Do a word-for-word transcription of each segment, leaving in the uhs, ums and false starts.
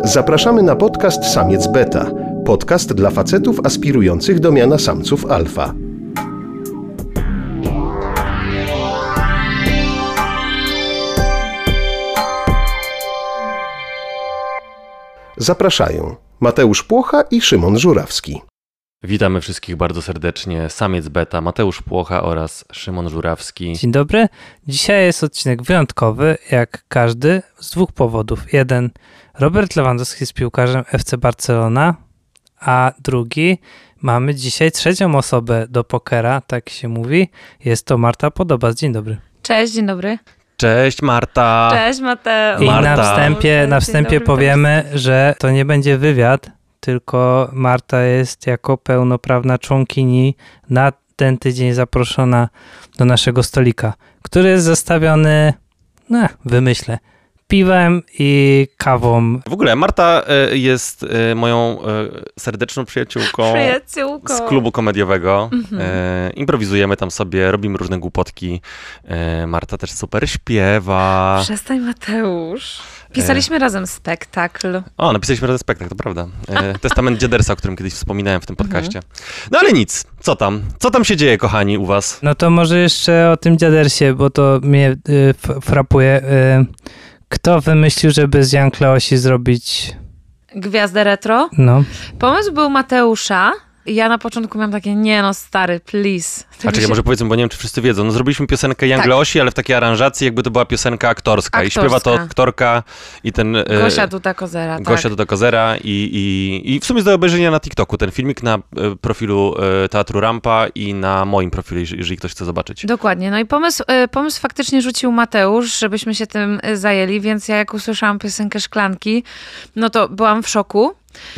Zapraszamy na podcast Samiec Beta. Podcast dla facetów aspirujących do miana samców alfa. Zapraszają Mateusz Płocha i Szymon Żurawski. Witamy wszystkich bardzo serdecznie. Samiec Beta, Mateusz Płocha oraz Szymon Żurawski. Dzień dobry. Dzisiaj jest odcinek wyjątkowy, jak każdy, z dwóch powodów. Jeden, Robert Lewandowski jest piłkarzem F C Barcelona, a drugi, mamy dzisiaj trzecią osobę do pokera, tak się mówi. Jest to Marta Podoba. Dzień dobry. Cześć, dzień dobry. Cześć Marta. Cześć Mateusz. I Marta. na wstępie, na wstępie dobry, powiemy, że to nie będzie wywiad, tylko Marta jest jako pełnoprawna członkini na ten tydzień zaproszona do naszego stolika, który jest zastawiony, no wymyślę, piwem i kawą. W ogóle Marta jest moją serdeczną przyjaciółką, Przyjaciółką. z klubu komediowego. Mhm. Improwizujemy tam sobie, robimy różne głupotki. Marta też super śpiewa. Przestań, Mateusz. Pisaliśmy e... razem spektakl. O, napisaliśmy razem spektakl, to prawda. E, Testament Dziadersa, o którym kiedyś wspominałem w tym podcaście. No ale nic, co tam? Co tam się dzieje, kochani, u was? No to może jeszcze o tym Dziadersie, bo to mnie y, frapuje. Y, kto wymyślił, żeby z Jan Kleosi zrobić... Gwiazdę retro? No. Pomysł był Mateusza. Ja na początku miałam takie, nie no stary, please. A czekaj, się... może powiedzmy, bo nie wiem, czy wszyscy wiedzą. No zrobiliśmy piosenkę Jan Kleosi, tak, ale w takiej aranżacji, jakby to była piosenka aktorska. aktorska. I śpiewa to aktorka i ten... Gosia Duda-Kozera, Gosia tak. Duda-Kozera i, i, i w sumie jest do obejrzenia na TikToku. Ten filmik na profilu Teatru Rampa i na moim profilu, jeżeli ktoś chce zobaczyć. Dokładnie. No i pomysł, pomysł faktycznie rzucił Mateusz, żebyśmy się tym zajęli, więc ja jak usłyszałam piosenkę Szklanki, no to byłam w szoku.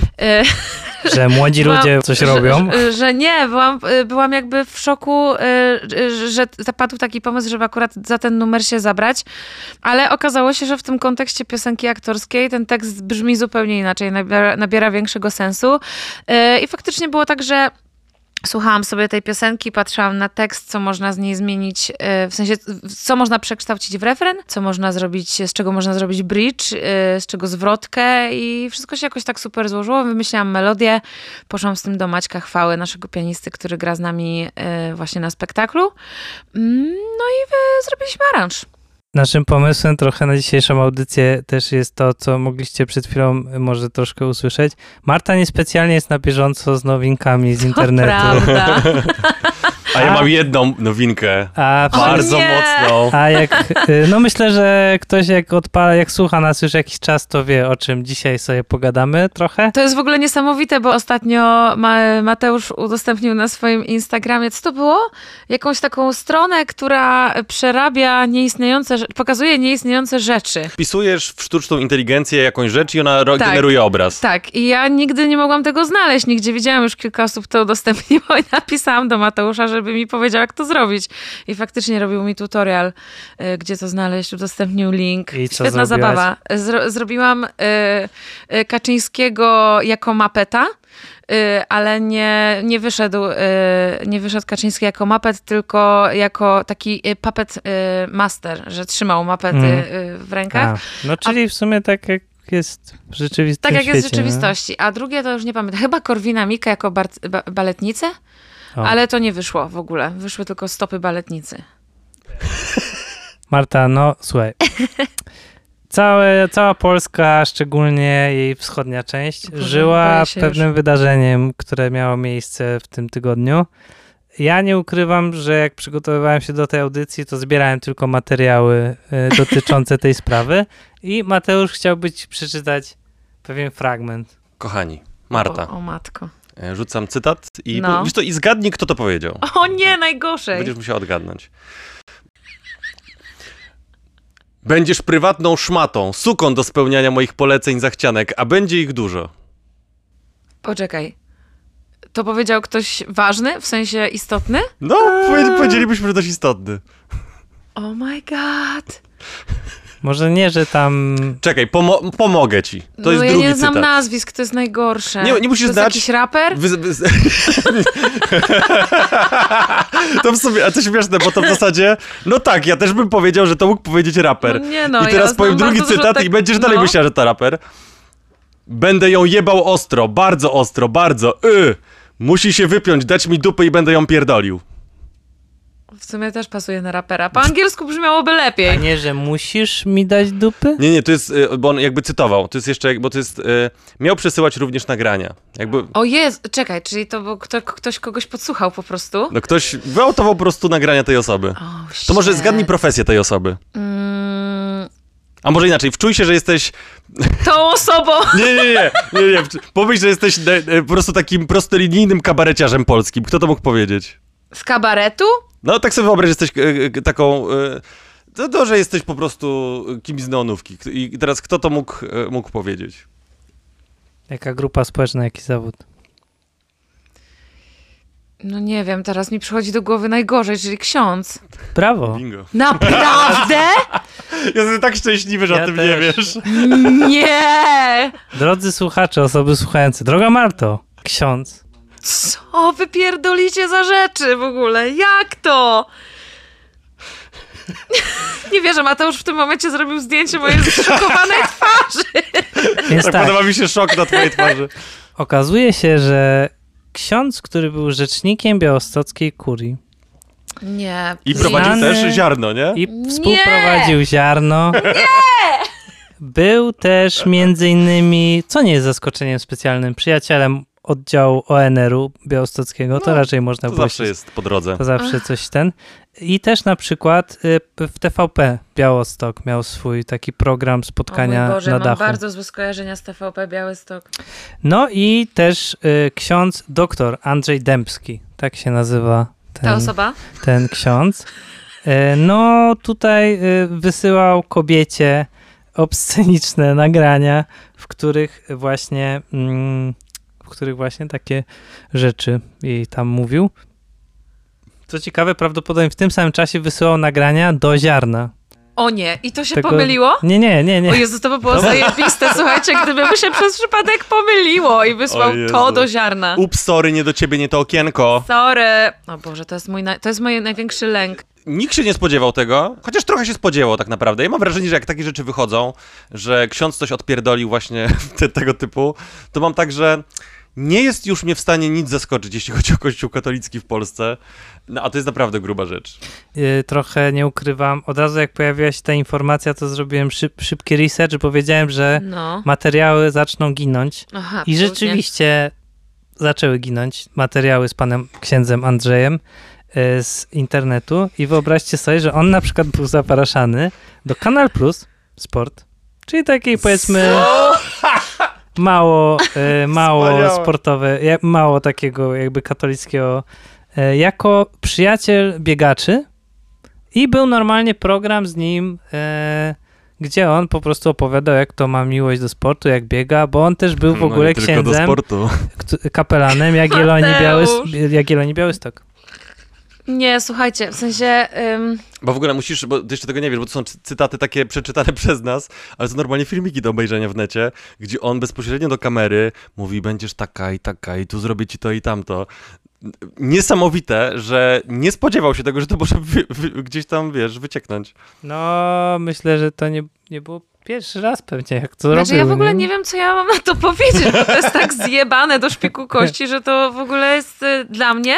Że młodzi byłam, ludzie coś że, robią? Że, że nie, byłam, byłam jakby w szoku, że padł taki pomysł, żeby akurat za ten numer się zabrać, ale okazało się, że w tym kontekście piosenki aktorskiej ten tekst brzmi zupełnie inaczej, nabiera, nabiera większego sensu i faktycznie było tak, że słuchałam sobie tej piosenki, patrzyłam na tekst, co można z niej zmienić, w sensie, co można przekształcić w refren, co można zrobić, z czego można zrobić bridge, z czego zwrotkę i wszystko się jakoś tak super złożyło. Wymyśliłam melodię, poszłam z tym do Maćka Chwały, naszego pianisty, który gra z nami właśnie na spektaklu. No i zrobiliśmy aranż. Naszym pomysłem trochę na dzisiejszą audycję też jest to, co mogliście przed chwilą może troszkę usłyszeć. Marta niespecjalnie jest na bieżąco z nowinkami z internetu. To prawda. A ja mam jedną nowinkę, a, bardzo mocną. A jak, no myślę, że ktoś jak odpala, jak słucha nas już jakiś czas, to wie, o czym dzisiaj sobie pogadamy trochę. To jest w ogóle niesamowite, bo ostatnio Mateusz udostępnił na swoim Instagramie, co to było? Jakąś taką stronę, która przerabia nieistniejące, pokazuje nieistniejące rzeczy. Wpisujesz w sztuczną inteligencję jakąś rzecz i ona tak, generuje obraz. Tak, i ja nigdy nie mogłam tego znaleźć, nigdzie widziałam, już kilka osób to udostępniło i napisałam do Mateusza, że żeby mi powiedział, jak to zrobić. I faktycznie robił mi tutorial, y, gdzie to znaleźć, udostępnił link. I co Świetna zrobiłaś? zabawa. Zro, zrobiłam y, y, Kaczyńskiego jako mapeta, y, ale nie, nie, wyszedł, y, nie wyszedł Kaczyński jako mapet, tylko jako taki y, puppet y, master, że trzymał mapety mm. y, w rękach. A, no czyli A, w sumie tak jak jest w rzeczywistości. Tak jak świecie, jest w rzeczywistości. No? A drugie to już nie pamiętam. Chyba Korwina-Mikke jako bar, ba, baletnicę? O. Ale to nie wyszło w ogóle. Wyszły tylko stopy baletnicy. Marta, no słuchaj. Całe, cała Polska, szczególnie jej wschodnia część, Boże, żyła pewnym już. wydarzeniem, które miało miejsce w tym tygodniu. Ja nie ukrywam, że jak przygotowywałem się do tej audycji, to zbierałem tylko materiały y, dotyczące tej sprawy i Mateusz chciałby ci przeczytać pewien fragment. Kochani, Marta. O, o matko. Rzucam cytat i, no. wiesz to, i zgadnij, kto to powiedział. O nie, najgorzej. Będziesz musiał odgadnąć. Będziesz prywatną szmatą, suką do spełniania moich poleceń zachcianek, a będzie ich dużo. Poczekaj. To powiedział ktoś ważny, w sensie istotny? No, powiedzielibyśmy, że dość istotny. Oh my god. Może nie, że tam... Czekaj, pomo- pomogę ci. To no jest ja drugi nie znam cytat. nazwisk, to jest najgorsze. Nie, nie musisz to znać. To jest jakiś raper? Wy, wy... to w sumie, a to śmieszne, bo to w zasadzie, no tak, ja też bym powiedział, że to mógł powiedzieć raper. No nie no, I teraz ja powiem drugi bardzo cytat tak... i będziesz no. dalej myślał, że to raper. Będę ją jebał ostro, bardzo ostro, bardzo. Y! Musi się wypiąć, dać mi dupy i będę ją pierdolił. W sumie też pasuje na rapera. Po angielsku brzmiałoby A lepiej. nie, że musisz mi dać dupy? Nie, nie, to jest, y, bo on jakby cytował, to jest jeszcze, bo to jest, y, miał przesyłać również nagrania. Jakby, O jest, czekaj, czyli to był kto, ktoś kogoś podsłuchał po prostu? no ktoś wyautował po prostu nagrania tej osoby. Oh, To może shit. zgadnij profesję tej osoby. Mm, A może inaczej, wczuj się, że jesteś... tą osobą! Nie, nie, nie, nie, nie. Pomyśl, że jesteś e, e, po prostu takim prostolinijnym kabareciarzem polskim. Kto to mógł powiedzieć? Z kabaretu? No tak sobie wyobraź, że jesteś e, e, taką... E, to, to, że jesteś po prostu kimś z neonówki. I teraz kto to mógł, e, mógł powiedzieć? Jaka grupa społeczna, jaki zawód? No nie wiem, teraz mi przychodzi do głowy najgorzej, czyli ksiądz. Brawo. Bingo. Naprawdę? Ja jestem tak szczęśliwy, że Ja o tym też. nie wiesz. Nie! Drodzy słuchacze, osoby słuchające, droga Marto, ksiądz. Co wy pierdolicie za rzeczy w ogóle? Jak to? Nie wierzę, Mateusz w tym momencie zrobił zdjęcie mojej zszokowanej twarzy. Więc Tak, tak, podoba mi się szok na twojej twarzy. okazuje się, że ksiądz, który był rzecznikiem białostockiej kurii Nie. I prowadził Znany- też ziarno, nie? i Nie! współprowadził ziarno. Był też między innymi, co nie jest zaskoczeniem specjalnym, przyjacielem oddziału O N R-u białostockiego, to No, raczej można To było zawsze się- jest po drodze. To zawsze coś ten. I też na przykład y, w T V P Białostok miał swój taki program O spotkania mój Boże, na mam dachu. bardzo złe skojarzenia z T V P Białystok. No i też y, ksiądz doktor Andrzej Dębski, tak się nazywa Ta ten, osoba? ten ksiądz. Y, no tutaj y, wysyłał kobiecie obsceniczne nagrania, w których właśnie mm, w których właśnie takie rzeczy jej tam mówił. Co ciekawe, prawdopodobnie w tym samym czasie wysyłał nagrania do ziarna. O nie, i to się Tego- pomyliło? Nie, nie, nie, nie. O Jezu, to by było zajebiste, słuchajcie, gdyby by się przez przypadek pomyliło i wysłał O Jezu. to do ziarna. Ups, sorry, nie do ciebie, nie to okienko. Sorry. O Boże, to jest mój, naj- to jest mój największy lęk. Nikt się nie spodziewał tego, chociaż trochę się spodziewał tak naprawdę. Ja mam wrażenie, że jak takie rzeczy wychodzą, że ksiądz coś odpierdolił właśnie te, tego typu, to mam tak, że nie jest już mnie w stanie nic zaskoczyć, jeśli chodzi o Kościół katolicki w Polsce, no, a to jest naprawdę gruba rzecz. Y, trochę nie ukrywam. Od razu jak pojawiła się ta informacja, to zrobiłem szyb, szybki research, bo wiedziałem, że No. materiały zaczną ginąć. Aha, I absolutnie. rzeczywiście zaczęły ginąć materiały z panem księdzem Andrzejem y, z internetu. I wyobraźcie sobie, że on na przykład był zapraszany do Kanal Plus Sport, czyli takiej powiedzmy mało, y, mało Wspaniałe. sportowe, ja- mało takiego jakby katolickiego, y, jako przyjaciel biegaczy i był normalnie program z nim, y, gdzie on po prostu opowiadał, jak to ma miłość do sportu, jak biega, bo on też był w ogóle no, nie tylko do księdzem, sportu. kt- kapelanem Jagiellonii, Mateusz. Białys- Jagiellonii Białystok. Nie, słuchajcie, w sensie... Ym, Bo w ogóle musisz, bo ty jeszcze tego nie wiesz, bo to są cy- cytaty takie przeczytane przez nas, ale to normalnie filmiki do obejrzenia w necie, gdzie on bezpośrednio do kamery mówi, będziesz taka i taka i tu zrobię ci to i tamto. Niesamowite, że nie spodziewał się tego, że to może wy, wy, gdzieś tam, wiesz, wycieknąć. No, myślę, że to nie, nie było pierwszy raz pewnie, jak to znaczy robił. ja w ogóle nie? nie wiem, co ja mam na to powiedzieć, bo to jest tak zjebane do szpiku kości, że to w ogóle jest y, dla mnie...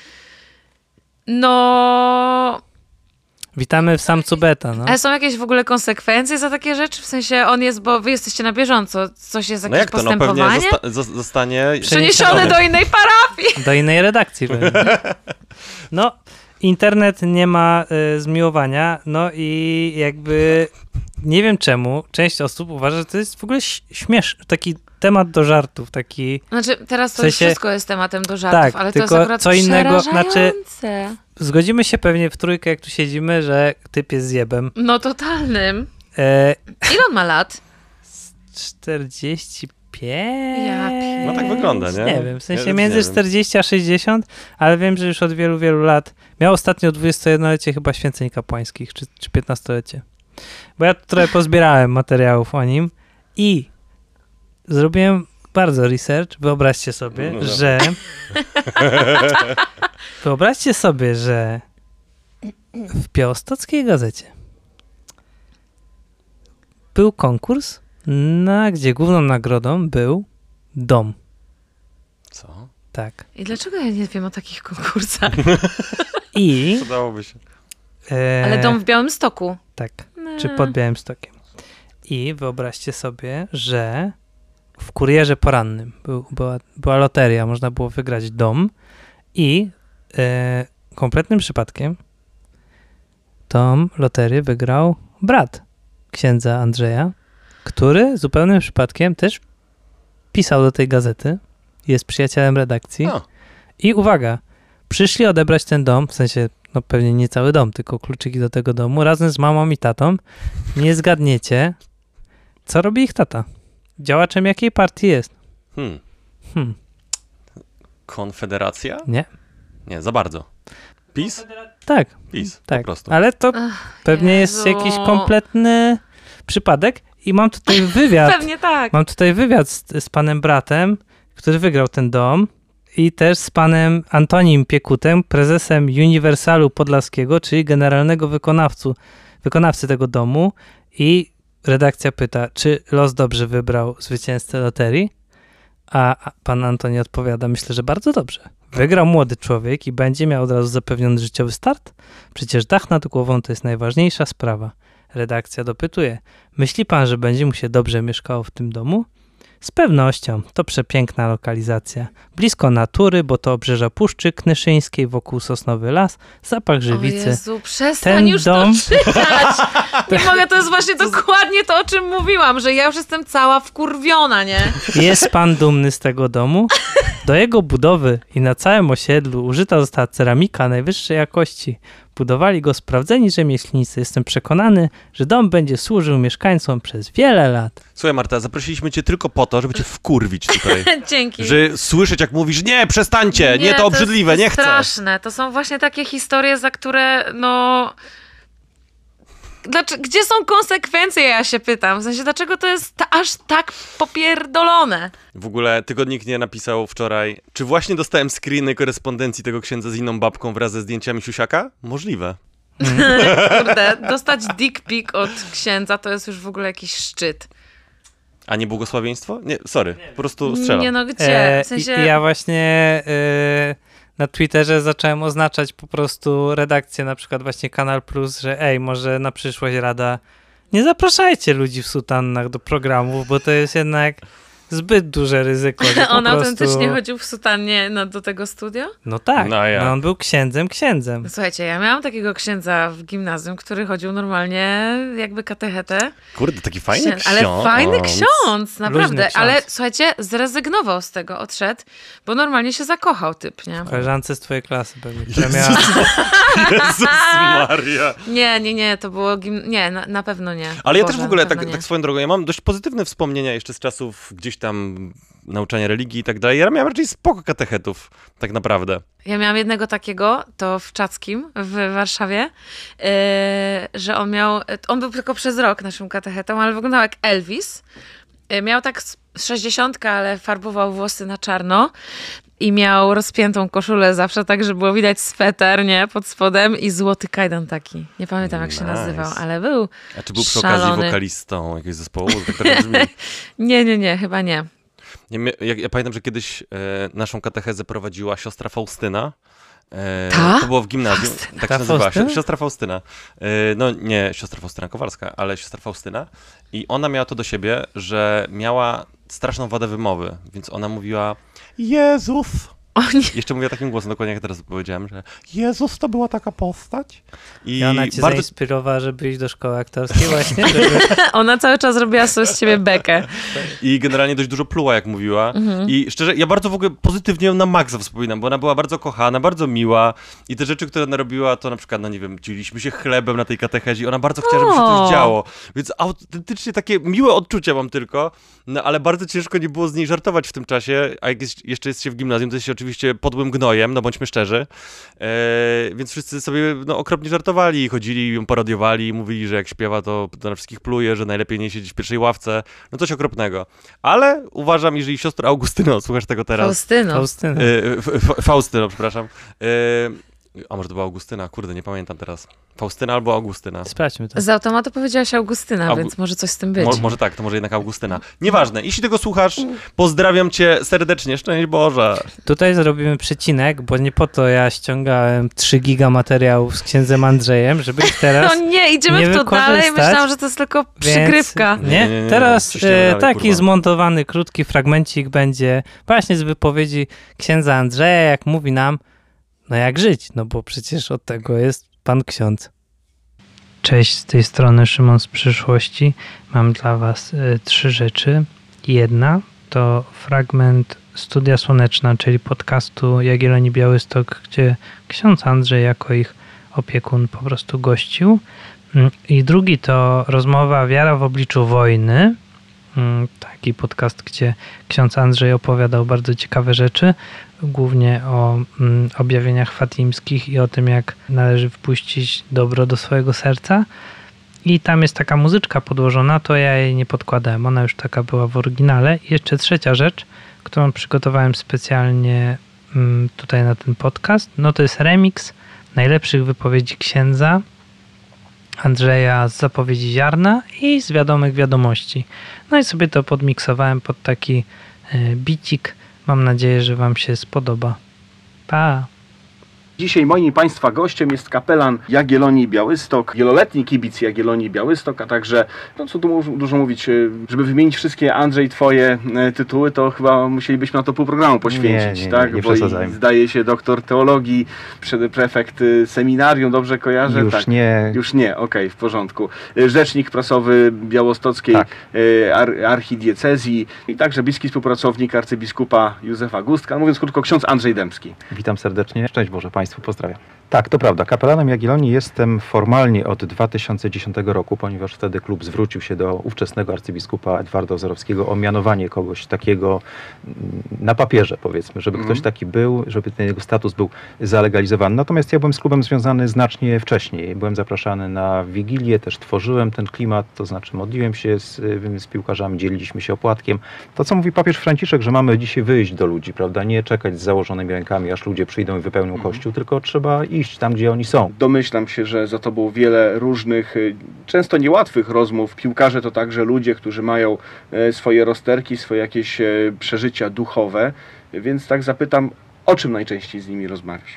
No... Witamy w samcu beta, no. Ale są jakieś w ogóle konsekwencje za takie rzeczy? W sensie on jest, bo wy jesteście na bieżąco. Coś jest, No jakieś jak to? No pewnie postępowanie? zosta- zos- zostanie... Przeniesiony do innej parafii! Do innej redakcji pewnie. No, internet nie ma y, zmiłowania, no i jakby nie wiem czemu, część osób uważa, że to jest w ogóle ś- śmieszny, taki temat do żartów, taki... Znaczy, teraz to W już sensie- wszystko jest tematem do żartów, Tak, ale to jest tylko akurat co innego, znaczy- przerażające. Zgodzimy się pewnie w trójkę, jak tu siedzimy, że typ jest zjebem. No totalnym. E, Ile on ma lat? czterdzieści pięć? Ja pier- No tak wygląda, nie? Nie wiem, w Ja sensie też między nie wiem. czterdzieści a sześćdziesiąt, ale wiem, że już od wielu, wielu lat. Miał ostatnio dwudziestojednolecie chyba święceń kapłańskich, czy, czy piętnastolecie. Bo ja trochę pozbierałem materiałów o nim i zrobiłem bardzo research. Wyobraźcie sobie, No dobra. że... Wyobraźcie sobie, że w Białostockiej Gazecie był konkurs na gdzie główną nagrodą był dom. Co? Tak. I dlaczego ja nie wiem o takich konkursach? I... Przydałoby się. E, Ale dom w Białymstoku. Tak, No. czy pod Białymstokiem. I wyobraźcie sobie, że w kurierze porannym był, była, była loteria, można było wygrać dom i e, kompletnym przypadkiem tą loterię wygrał brat księdza Andrzeja, który zupełnym przypadkiem też pisał do tej gazety, jest przyjacielem redakcji. A. I uwaga, przyszli odebrać ten dom, w sensie, no pewnie nie cały dom, tylko kluczyki do tego domu, razem z mamą i tatą. Nie zgadniecie, co robi ich tata. Działaczem jakiej partii jest? Hmm. Hmm, Konfederacja? nie? Nie, za bardzo. PiS? Tak, PiS, tak. po prostu. Ale to Ach, pewnie jest Jezu. jakiś kompletny przypadek i mam tutaj wywiad. Pewnie tak. Mam tutaj wywiad z, z panem bratem, który wygrał ten dom i też z panem Antonim Piekutem, prezesem Uniwersalu Podlaskiego, czyli generalnego wykonawcu, wykonawcy tego domu i redakcja pyta, czy los dobrze wybrał zwycięzcę loterii? A a pan Antoni odpowiada, myślę, że bardzo dobrze. Wygrał młody człowiek i będzie miał od razu zapewniony życiowy start? Przecież dach nad głową to jest najważniejsza sprawa. Redakcja dopytuje, myśli pan, że będzie mu się dobrze mieszkało w tym domu? Z pewnością, to przepiękna lokalizacja. Blisko natury, bo to obrzeża Puszczy Knyszyńskiej, wokół sosnowy las, zapach O żywicy. Jezu, przestań Ten już dom- to czytać! Nie mogę, to jest właśnie dokładnie to, o czym mówiłam, że ja już jestem cała wkurwiona, nie? Jest pan dumny z tego domu? Do jego budowy i na całym osiedlu użyta została ceramika najwyższej jakości. Budowali go sprawdzeni rzemieślnicy. Jestem przekonany, że dom będzie służył mieszkańcom przez wiele lat. Słuchaj, Marta, zaprosiliśmy cię tylko po to, żeby cię wkurwić tutaj. Dzięki. Że słyszeć, jak mówisz, nie, przestańcie, nie, to obrzydliwe, jest nie chcę. straszne. To są właśnie takie historie, za które, no... Dlaczego, gdzie są konsekwencje, ja się pytam. W sensie, dlaczego to jest ta, aż tak popierdolone? W ogóle tygodnik nie napisał wczoraj, czy właśnie dostałem screeny korespondencji tego księdza z inną babką wraz ze zdjęciami siusiaka? Możliwe. Kurde, dostać dick pic od księdza to jest już w ogóle jakiś szczyt. A nie błogosławieństwo? Nie, sorry, po prostu strzelam. Nie no, gdzie? E, W sensie... i, i ja właśnie e, na Twitterze zacząłem oznaczać po prostu redakcję, na przykład właśnie Kanal Plus, że ej, może na przyszłość rada, nie zapraszajcie ludzi w sutannach do programów, bo to jest jednak zbyt duże ryzyko. Że po On prostu... autentycznie chodził w sutannie no, do tego studia? No tak, No ja. no on był księdzem, księdzem. No, słuchajcie, ja miałam takiego księdza w gimnazjum, który chodził normalnie jakby katechetę. Kurde, taki fajny ksiądz. Ale fajny ksiądz, naprawdę. ksiądz. Ale słuchajcie, zrezygnował z tego, odszedł, bo normalnie się zakochał typ, nie? Koleżance z twojej klasy pewnie, która miała... Jezus Maria. Nie, nie, nie, to było gim... Nie, na, na pewno nie. Ale ja Boże, też w ogóle, na tak, pewno tak nie. swoją drogą, ja mam dość pozytywne wspomnienia jeszcze z czasów gdzieś tam nauczania religii i tak dalej. Ja miałem raczej spoko katechetów, tak naprawdę. Ja miałam jednego takiego, to w Czackim, w Warszawie, yy, że on miał, on był tylko przez rok naszym katechetą, ale wyglądał jak Elvis. Yy, miał tak z sześćdziesiątkę, ale farbował włosy na czarno i miał rozpiętą koszulę zawsze tak, że było widać sweter, nie, pod spodem i złoty kajdan taki. Nie pamiętam, jak się Nice. nazywał, ale był A czy był przy okazji szalony. wokalistą jakiegoś zespołu? Tak trochę brzmi. Nie, nie, nie, chyba nie. Ja, mia- ja, ja pamiętam, że kiedyś e, naszą katechezę prowadziła siostra Faustyna. E, Ta? To było w gimnazjum. Tak Ta się nazywała. Faustyna? Si- Siostra Faustyna. E, no nie siostra Faustyna Kowalska, ale siostra Faustyna. I ona miała to do siebie, że miała straszną wadę wymowy, więc ona mówiła Jezus. O nie. Jeszcze mówiła takim głosem, dokładnie jak teraz powiedziałem, że Jezus to była taka postać. I, I ona cię bardzo zainspirowała, żeby iść do szkoły aktorskiej właśnie? Żeby... Ona cały czas robiła sobie z ciebie bekę. I generalnie dość dużo pluła, jak mówiła. Mhm. I szczerze, ja bardzo w ogóle pozytywnie ją na maksa wspominam, bo ona była bardzo kochana, bardzo miła. I te rzeczy, które ona robiła, to na przykład, no nie wiem, dzieliliśmy się chlebem na tej katechezie i ona bardzo chciała, żeby się O. coś działo. Więc autentycznie takie miłe odczucia mam tylko, no ale bardzo ciężko nie było z niej żartować w tym czasie, a jak jest, jeszcze jest się w gimnazjum, to jest się oczywiście podłym gnojem, no bądźmy szczerzy. E, więc wszyscy sobie no, okropnie żartowali, chodzili, ją parodiowali, mówili, że jak śpiewa, to, to na wszystkich pluje, że najlepiej nie siedzieć w pierwszej ławce. No coś okropnego. Ale uważam, jeżeli siostra Augustyno, słuchasz tego teraz, Faustyno. Faustyna. e, F- F- Faustyno, przepraszam, e, A może to była Augustyna? Kurde, nie pamiętam teraz. Faustyna albo Augustyna? Sprawdźmy to. Z automatu powiedziałaś Augustyna, Augu- więc może coś z tym być. Mo- może tak, to może jednak Augustyna. Nieważne, jeśli tego słuchasz, pozdrawiam cię serdecznie, szczęść Boże. Tutaj zrobimy przecinek, bo nie po to ja ściągałem trzy giga materiałów z księdzem Andrzejem, żeby ich teraz... No nie, idziemy nie w to dalej. wykorzystać, Myślałam, że to jest tylko Więc, przygrywka. nie? Nie, nie, nie, Teraz ciśniemy e, dalej, taki kurwa. zmontowany, krótki fragmencik będzie właśnie z wypowiedzi księdza Andrzeja, jak mówi nam, no jak żyć, no bo przecież od tego jest pan ksiądz. Cześć, z tej strony Szymon z przyszłości. Mam dla was y, trzy rzeczy. Jedna to fragment Studia Słoneczna, czyli podcastu Jagiellonii Białystok, gdzie ksiądz Andrzej jako ich opiekun po prostu gościł. Mm, I drugi to rozmowa Wiara w obliczu wojny. Mm, Taki podcast, gdzie ksiądz Andrzej opowiadał bardzo ciekawe rzeczy, głównie o mm, objawieniach fatimskich i o tym, jak należy wpuścić dobro do swojego serca. I tam jest taka muzyczka podłożona, to ja jej nie podkładałem, ona już taka była w oryginale. I jeszcze trzecia rzecz, którą przygotowałem specjalnie mm, tutaj na ten podcast, no to jest remix najlepszych wypowiedzi księdza Andrzeja z zapowiedzi ziarna i z wiadomych wiadomości. No i sobie to podmiksowałem pod taki y, bicik. Mam nadzieję, że wam się spodoba. Pa! Dzisiaj moim i Państwa gościem jest kapelan Jagiellonii Białystok, wieloletni kibic Jagiellonii Białystok, a także, no co tu dużo mówić, żeby wymienić wszystkie, Andrzej, Twoje tytuły, to chyba musielibyśmy na to pół programu poświęcić, nie, nie, tak? nie Bo i przesadzajmy. zdaje się doktor teologii, prefekt seminarium, dobrze kojarzę? Już tak. nie. Już nie, okej, okay, w porządku. Rzecznik prasowy białostockiej Tak. ar- archidiecezji i także bliski współpracownik arcybiskupa Józefa Gustka, mówiąc krótko, ksiądz Andrzej Dębski. Witam serdecznie. Szczęść Boże Państwu, pozdrawiam. Tak, to prawda. Kapelanem Jagiellonii jestem formalnie od dwa tysiące dziesiątego roku, ponieważ wtedy klub zwrócił się do ówczesnego arcybiskupa Edwarda Ozorowskiego o mianowanie kogoś takiego na papierze, powiedzmy, żeby Mhm. ktoś taki był, żeby ten jego status był zalegalizowany. Natomiast ja byłem z klubem związany znacznie wcześniej. Byłem zapraszany na wigilię, też tworzyłem ten klimat, to znaczy modliłem się z, z piłkarzami, dzieliliśmy się opłatkiem. To, co mówi papież Franciszek, że mamy dzisiaj wyjść do ludzi, prawda? Nie czekać z założonymi rękami, aż ludzie przyjdą i wypełnią Mhm. kościół, tylko trzeba iść tam, gdzie oni są. Domyślam się, że za tobą wiele różnych, y, często niełatwych rozmów. Piłkarze to także ludzie, którzy mają e, swoje rozterki, swoje jakieś e, przeżycia duchowe, więc tak zapytam, o czym najczęściej z nimi rozmawiasz?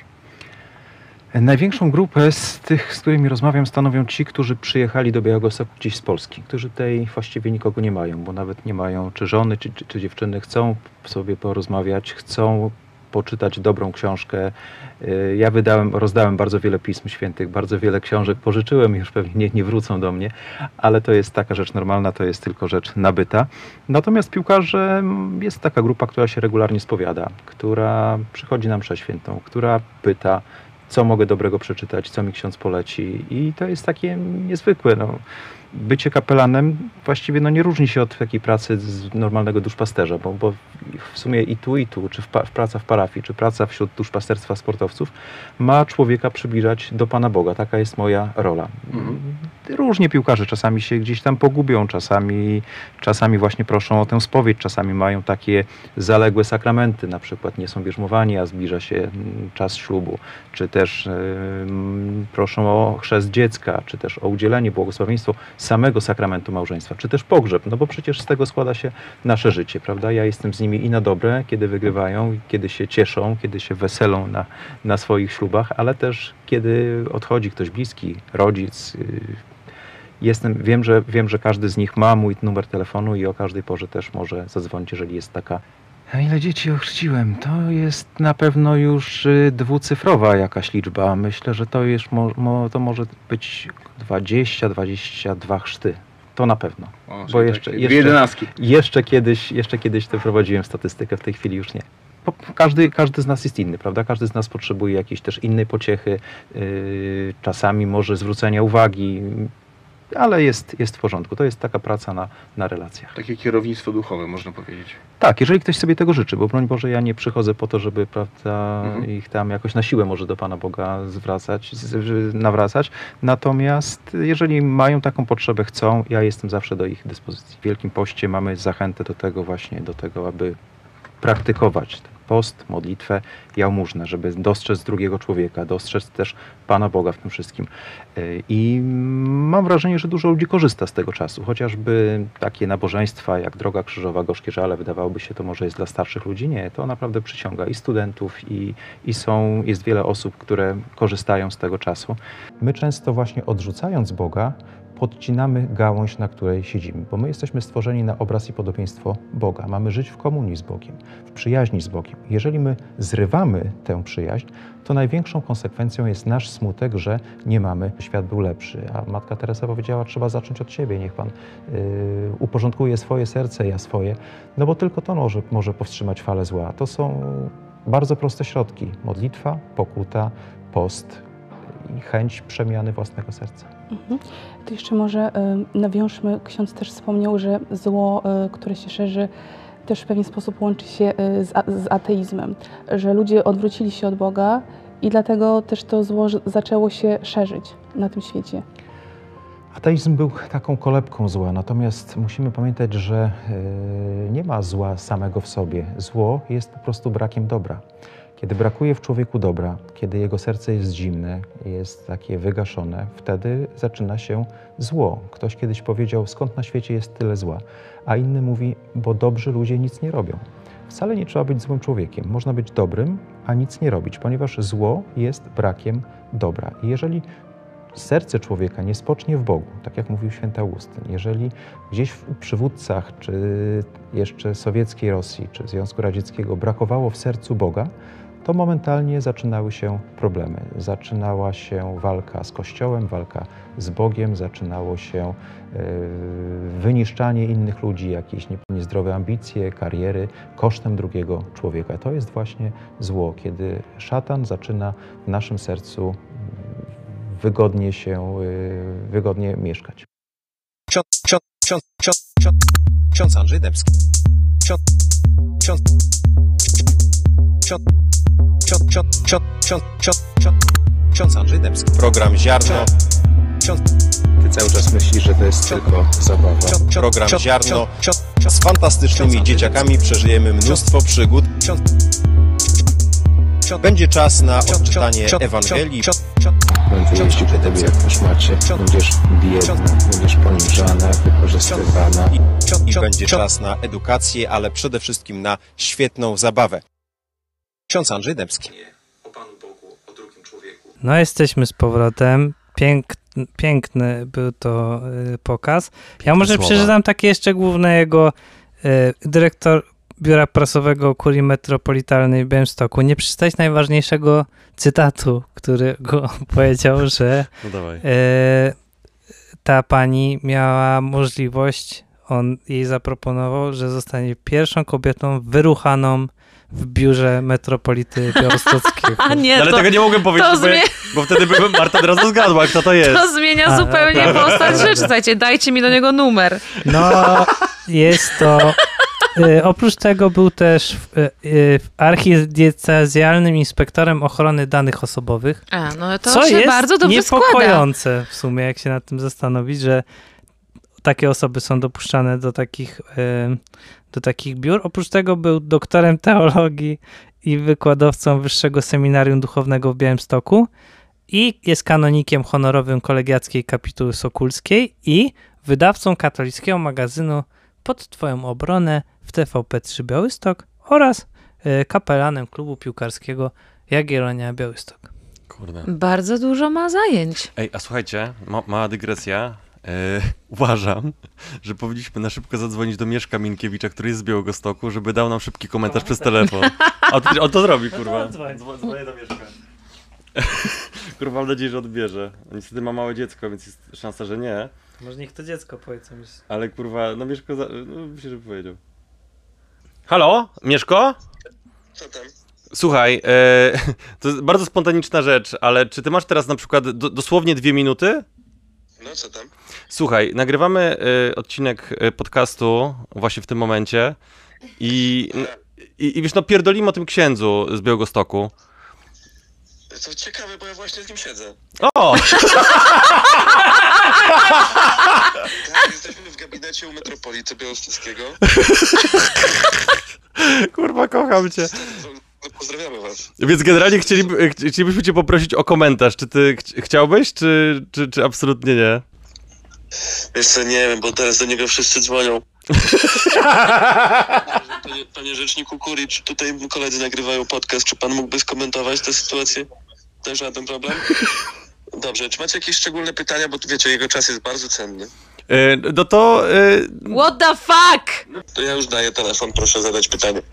Największą grupę z tych, z którymi rozmawiam, stanowią ci, którzy przyjechali do Białegostoku gdzieś z Polski, którzy tutaj właściwie nikogo nie mają, bo nawet nie mają czy żony, czy, czy, czy dziewczyny, chcą sobie porozmawiać, chcą poczytać dobrą książkę. Ja wydałem, rozdałem bardzo wiele pism świętych, bardzo wiele książek pożyczyłem, już pewnie nie, nie wrócą do mnie, ale to jest taka rzecz normalna, to jest tylko rzecz nabyta. Natomiast piłkarze jest taka grupa, która się regularnie spowiada, która przychodzi na mszę świętą, która pyta, co mogę dobrego przeczytać, co mi ksiądz poleci, i to jest takie niezwykłe. No. Bycie kapelanem właściwie no, nie różni się od takiej pracy z normalnego duszpasterza, bo, bo w sumie i tu, i tu, czy w pa- praca w parafii, czy praca wśród duszpasterstwa sportowców ma człowieka przybliżać do Pana Boga. Taka jest moja rola. Mhm. Różnie piłkarze czasami się gdzieś tam pogubią, czasami, czasami właśnie proszą o tę spowiedź, czasami mają takie zaległe sakramenty, na przykład nie są bierzmowani, a zbliża się mm, czas ślubu, czy też yy, proszą o chrzest dziecka, czy też o udzielenie błogosławieństwo samego sakramentu małżeństwa, czy też pogrzeb, no bo przecież z tego składa się nasze życie, prawda? Ja jestem z nimi i na dobre, kiedy wygrywają, kiedy się cieszą, kiedy się weselą na, na swoich ślubach, ale też kiedy odchodzi ktoś bliski, rodzic. Jestem, wiem, że, wiem, że każdy z nich ma mój numer telefonu i o każdej porze też może zadzwonić, jeżeli jest taka. A ile dzieci ochrzciłem? To jest na pewno już y, dwucyfrowa jakaś liczba. Myślę, że to, już mo, mo, to może być dwadzieścia, dwadzieścia dwa chrzty. To na pewno. O, Bo czyli jeszcze- takie jeszcze- dwie jedenastki. Jeszcze kiedyś, jeszcze kiedyś to prowadziłem statystykę, w tej chwili już nie. Po- Każdy, każdy z nas jest inny, prawda? Każdy z nas potrzebuje jakiejś też innej pociechy, yy, czasami może zwrócenia uwagi, ale jest, jest w porządku. To jest taka praca na, na relacjach. Takie kierownictwo duchowe, można powiedzieć. Tak, jeżeli ktoś sobie tego życzy, bo broń Boże, ja nie przychodzę po to, żeby, prawda, Mhm. ich tam jakoś na siłę może do Pana Boga zwracać, z- nawracać. Natomiast jeżeli mają taką potrzebę, chcą, ja jestem zawsze do ich dyspozycji. W Wielkim Poście mamy zachętę do tego właśnie, do tego, aby praktykować post, modlitwę, jałmużnę, żeby dostrzec drugiego człowieka, dostrzec też Pana Boga w tym wszystkim. I mam wrażenie, że dużo ludzi korzysta z tego czasu, chociażby takie nabożeństwa jak Droga Krzyżowa, Gorzkie Żale, wydawałoby się, to może jest dla starszych ludzi. Nie, to naprawdę przyciąga i studentów, i, i są, jest wiele osób, które korzystają z tego czasu. My często właśnie odrzucając Boga, podcinamy gałąź, na której siedzimy, bo my jesteśmy stworzeni na obraz i podobieństwo Boga. Mamy żyć w komunii z Bogiem, w przyjaźni z Bogiem. Jeżeli my zrywamy tę przyjaźń, to największą konsekwencją jest nasz smutek, że nie mamy, świat był lepszy. A Matka Teresa powiedziała, trzeba zacząć od siebie, niech Pan yy, uporządkuje swoje serce, ja swoje, no bo tylko to może, może powstrzymać falę zła. To są bardzo proste środki. Modlitwa, pokuta, post i chęć przemiany własnego serca. Mhm. To jeszcze może y, nawiążmy, ksiądz też wspomniał, że zło, y, które się szerzy, też w pewien sposób łączy się y, z, a, z ateizmem, że ludzie odwrócili się od Boga i dlatego też to zło zaczęło się szerzyć na tym świecie. Ateizm był taką kolebką zła, natomiast musimy pamiętać, że y, nie ma zła samego w sobie. Zło jest po prostu brakiem dobra. Kiedy brakuje w człowieku dobra, kiedy jego serce jest zimne, jest takie wygaszone, wtedy zaczyna się zło. Ktoś kiedyś powiedział, skąd na świecie jest tyle zła, a inny mówi, bo dobrzy ludzie nic nie robią. Wcale nie trzeba być złym człowiekiem. Można być dobrym, a nic nie robić, ponieważ zło jest brakiem dobra. I jeżeli serce człowieka nie spocznie w Bogu, tak jak mówił święty Augustyn, jeżeli gdzieś w przywódcach, czy jeszcze sowieckiej Rosji, czy Związku Radzieckiego brakowało w sercu Boga, to momentalnie zaczynały się problemy. Zaczynała się walka z Kościołem, walka z Bogiem, zaczynało się yy, wyniszczanie innych ludzi, jakieś niezdrowe ambicje, kariery kosztem drugiego człowieka. To jest właśnie zło, kiedy szatan zaczyna w naszym sercu wygodnie się, yy, wygodnie mieszkać. Ksiądz, ksiądz, ksiądz, ksiądz, ksiądz, ksiądz Andrzej Dębski. Ksiądz, ksiądz, ksiądz, ksiądz, ksiądz, ksiądz, ksiądz, ksiądz, ksiądz, ksiądz Andrzej Dębski. Program Ziarno. Ksiądz. Ty cały czas myślisz, że to jest tylko zabawa. Program Ziarno. Z fantastycznymi dzieciakami przeżyjemy mnóstwo przygód. Będzie czas na odczytanie Ewangelii. Będę jeździł do tobie jak koszmarcie. Będziesz biedna, będziesz poniżana, wykorzystywana. I będzie czas na edukację, ale przede wszystkim na świetną zabawę. Ksiądz Andrzej Dębski. O Panu Bogu, o drugim człowieku. No jesteśmy z powrotem. Pięk, piękny był to y, pokaz. Piękne ja może słowa. Przeczytam takie jeszcze główne jego y, dyrektor Biura Prasowego Kurii Metropolitalnej w Białymstoku. Nie przeczytać najważniejszego cytatu, który go powiedział, że no dawaj. Y, ta pani miała możliwość, on jej zaproponował, że zostanie pierwszą kobietą wyruchaną w biurze metropolity białostockiego. Nie, ale to, tego nie mogłem powiedzieć, bo, zmie... bo wtedy by Marta od razu zgadła, kto to jest. To zmienia A, zupełnie no, postać rzeczy. Słuchajcie, dajcie mi do niego numer. No, jest to... Y, oprócz tego był też w, y, w archidiecezjalnym inspektorem ochrony danych osobowych. A, no to co się jest bardzo dobrze niepokojące składa. W sumie, jak się nad tym zastanowić, że takie osoby są dopuszczane do takich, y, do takich biur. Oprócz tego był doktorem teologii i wykładowcą Wyższego Seminarium Duchownego w Białymstoku i jest kanonikiem honorowym Kolegiackiej Kapituły Sokulskiej i wydawcą katolickiego magazynu Pod Twoją obronę w T V P trzy Białystok oraz y, kapelanem klubu piłkarskiego Jagiellonia Białystok. Kurde. Bardzo dużo ma zajęć. Ej, a słuchajcie, ma, mała dygresja. Yy, uważam, że powinniśmy na szybko zadzwonić do Mieszka Minkiewicza, który jest z Białegostoku, żeby dał nam szybki komentarz przez telefon. A on, on to zrobi, kurwa. Dzwonię do Mieszka. Kurwa, mam nadzieję, że odbierze. Niestety ma małe dziecko, więc jest szansa, że nie. Może niech to dziecko powie, co myśli. Ale kurwa, no Mieszko, za... no myślę, że powiedział. Halo? Mieszko? Co tam? Słuchaj, e, to jest bardzo spontaniczna rzecz, ale czy ty masz teraz na przykład do, dosłownie dwie minuty? No co tam? Słuchaj, nagrywamy y, odcinek y, podcastu właśnie w tym momencie i, i, i wiesz, no pierdolimy o tym księdzu z Białegostoku. To ciekawe, bo ja właśnie z nim siedzę. O! Tak, jesteśmy w gabinecie u Metropolity Białostockiego. Kurwa, kocham cię. Więc generalnie chcieliby, chcielibyśmy cię poprosić o komentarz. Czy ty ch- chciałbyś, czy, czy, czy absolutnie nie? Wiesz co, nie wiem, bo teraz do niego wszyscy dzwonią. Panie, panie rzeczniku Kurii, czy tutaj koledzy nagrywają podcast, czy pan mógłby skomentować tę sytuację? To jest żaden problem? Dobrze, czy macie jakieś szczególne pytania, bo tu wiecie, jego czas jest bardzo cenny. Yy, no to... Yy... What the fuck? To ja już daję telefon, proszę zadać pytanie.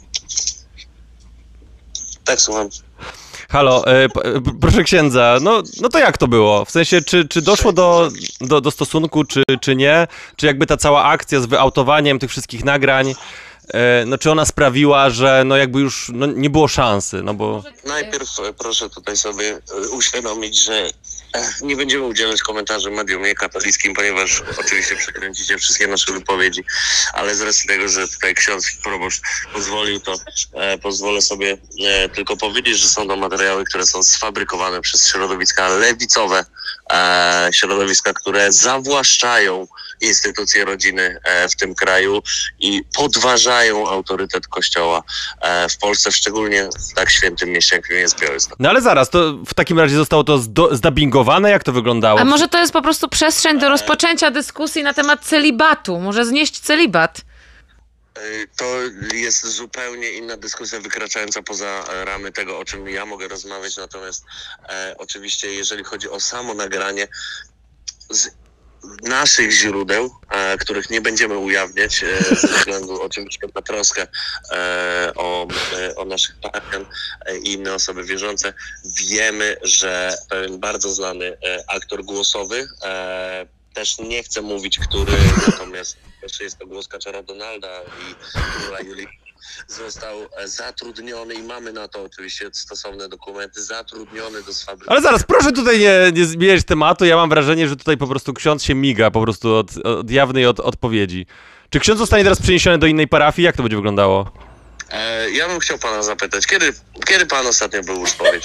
Tak, słucham. Halo, yy, p- proszę księdza, no, no to jak to było? W sensie, czy, czy doszło do, do, do stosunku, czy, czy nie? Czy jakby ta cała akcja z wyautowaniem tych wszystkich nagrań, yy, no czy ona sprawiła, że no jakby już no, nie było szansy, no bo... Najpierw e, proszę tutaj sobie e, uświadomić, że e, nie będziemy udzielać komentarzy mediom katolickim, ponieważ oczywiście przekręcicie wszystkie nasze wypowiedzi, ale z racji tego, że tutaj ksiądz proboszcz pozwolił, to e, pozwolę sobie e, tylko powiedzieć, że są to materiały, które są sfabrykowane przez środowiska lewicowe, e, środowiska, które zawłaszczają instytucje rodziny e, w tym kraju i podważają autorytet Kościoła e, w Polsce, szczególnie w tak świętym mieście, jakim jest Białystok. No ale zaraz, to w takim razie zostało to zdo- zdubbingowane? Jak to wyglądało? A może to jest po prostu przestrzeń do rozpoczęcia dyskusji na temat celibatu? Może znieść celibat? E, To jest zupełnie inna dyskusja, wykraczająca poza ramy tego, o czym ja mogę rozmawiać, natomiast e, oczywiście jeżeli chodzi o samo nagranie, z naszych źródeł, e, których nie będziemy ujawniać e, ze względu oczywiście na troskę e, o, e, o naszych parafian e, i inne osoby wierzące, wiemy, że pewien bardzo znany e, aktor głosowy, e, też nie chcę mówić, który, natomiast jeszcze jest to głos Kaczora Donalda i króla Julii, został zatrudniony i mamy na to oczywiście stosowne dokumenty, zatrudniony do sfabrykowania. Ale zaraz, proszę tutaj nie, nie zmieniać tematu. Ja mam wrażenie, że tutaj po prostu ksiądz się miga po prostu od, od jawnej od, odpowiedzi. Czy ksiądz zostanie teraz przeniesiony do innej parafii? Jak to będzie wyglądało? E, ja bym chciał pana zapytać, kiedy, kiedy pan ostatnio był u spowiedzi?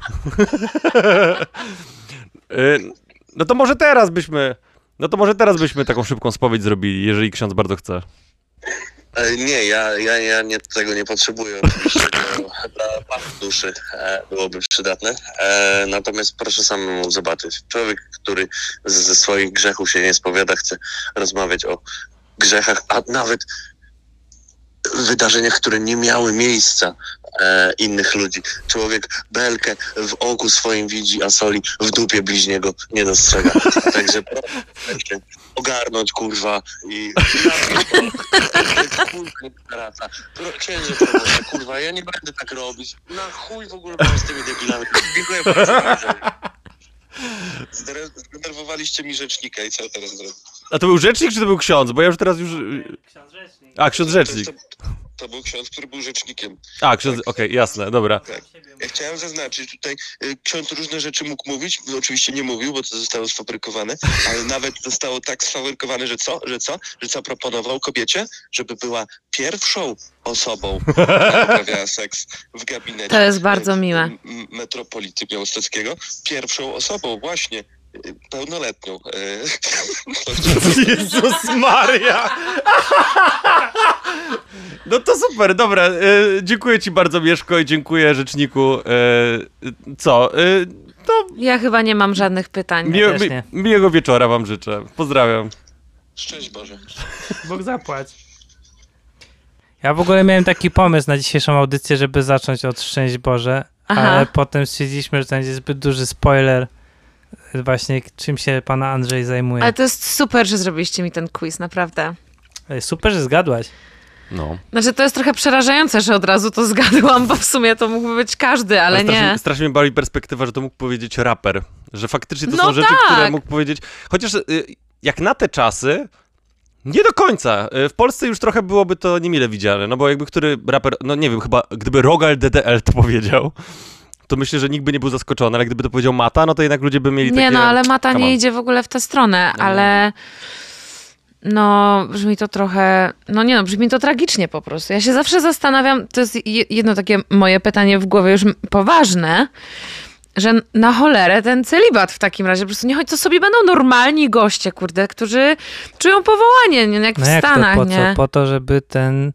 Yy, no to może teraz byśmy... No to może teraz byśmy taką szybką spowiedź zrobili, jeżeli ksiądz bardzo chce. E, nie, ja, ja, ja nie, tego nie potrzebuję. Oczywiście to dla pana duszy e, byłoby przydatne. E, natomiast proszę samemu zobaczyć. Człowiek, który z, ze swoich grzechów się nie spowiada, chce rozmawiać o grzechach, a nawet wydarzeniach, które nie miały miejsca e, innych ludzi. Człowiek belkę w oku swoim widzi, a soli w dupie bliźniego nie dostrzega. Także proszę ogarnąć, kurwa, i księże, kurwa, ja nie będę tak robić. Na chuj w ogóle mam z tymi debilami. Dziękuję bardzo. Zdenerwowaliście mi rzecznika i co teraz zrobię? A to był rzecznik, czy to był ksiądz? Bo ja już teraz już... Ksiądz rzecznik. A, ksiądz rzecznik. To, to był ksiądz, który był rzecznikiem. A, ksiądz, Tak. okej, jasne, dobra. Tak. Ja chciałem zaznaczyć, tutaj y, ksiądz różne rzeczy mógł mówić, oczywiście nie mówił, bo to zostało sfabrykowane, ale nawet zostało tak sfabrykowane, że co, że co, że co proponował kobiecie, żeby była pierwszą osobą, która uprawiała seks w gabinecie. To jest bardzo y, miłe. m- metropolity białostockiego, pierwszą osobą właśnie y, pełnoletnią. y, Jezus Maria! No to super, dobra. E, dziękuję ci bardzo, Mieszko, i dziękuję rzeczniku. E, co? E, to Ja chyba nie mam żadnych pytań. mi, też mi, nie. miłego wieczora wam życzę. Pozdrawiam. Szczęść Boże. Bóg zapłać. Ja w ogóle miałem taki pomysł na dzisiejszą audycję, żeby zacząć od Szczęść Boże, Aha. ale potem stwierdziliśmy, że to będzie zbyt duży spoiler właśnie czym się pan Andrzej zajmuje. Ale to jest super, że zrobiliście mi ten quiz, naprawdę. Ej, super, że zgadłaś. No. Znaczy, to jest trochę przerażające, że od razu to zgadłam, bo w sumie to mógłby być każdy, ale strasznie, nie. Strasznie mnie bawi perspektywa, że to mógł powiedzieć raper. Że faktycznie to No są rzeczy, tak. które mógł powiedzieć. Chociaż y, jak na te czasy, nie do końca. Y, W Polsce już trochę byłoby to niemile widziane, no bo jakby który raper, no nie wiem, chyba gdyby Rogal D D L to powiedział, to myślę, że nikt by nie był zaskoczony, ale gdyby to powiedział Mata, no to jednak ludzie by mieli Nie, takie... no ale Mata Come on. nie idzie w ogóle w tę stronę, ale no brzmi to trochę, no nie no, brzmi to tragicznie po prostu. Ja się zawsze zastanawiam, to jest je- jedno takie moje pytanie w głowie już m- poważne, że na cholerę ten celibat w takim razie, po prostu nie chodź, to sobie będą normalni goście, kurde, którzy czują powołanie, nie, jak w No jak Stanach, to po nie? co? Po to, żeby ten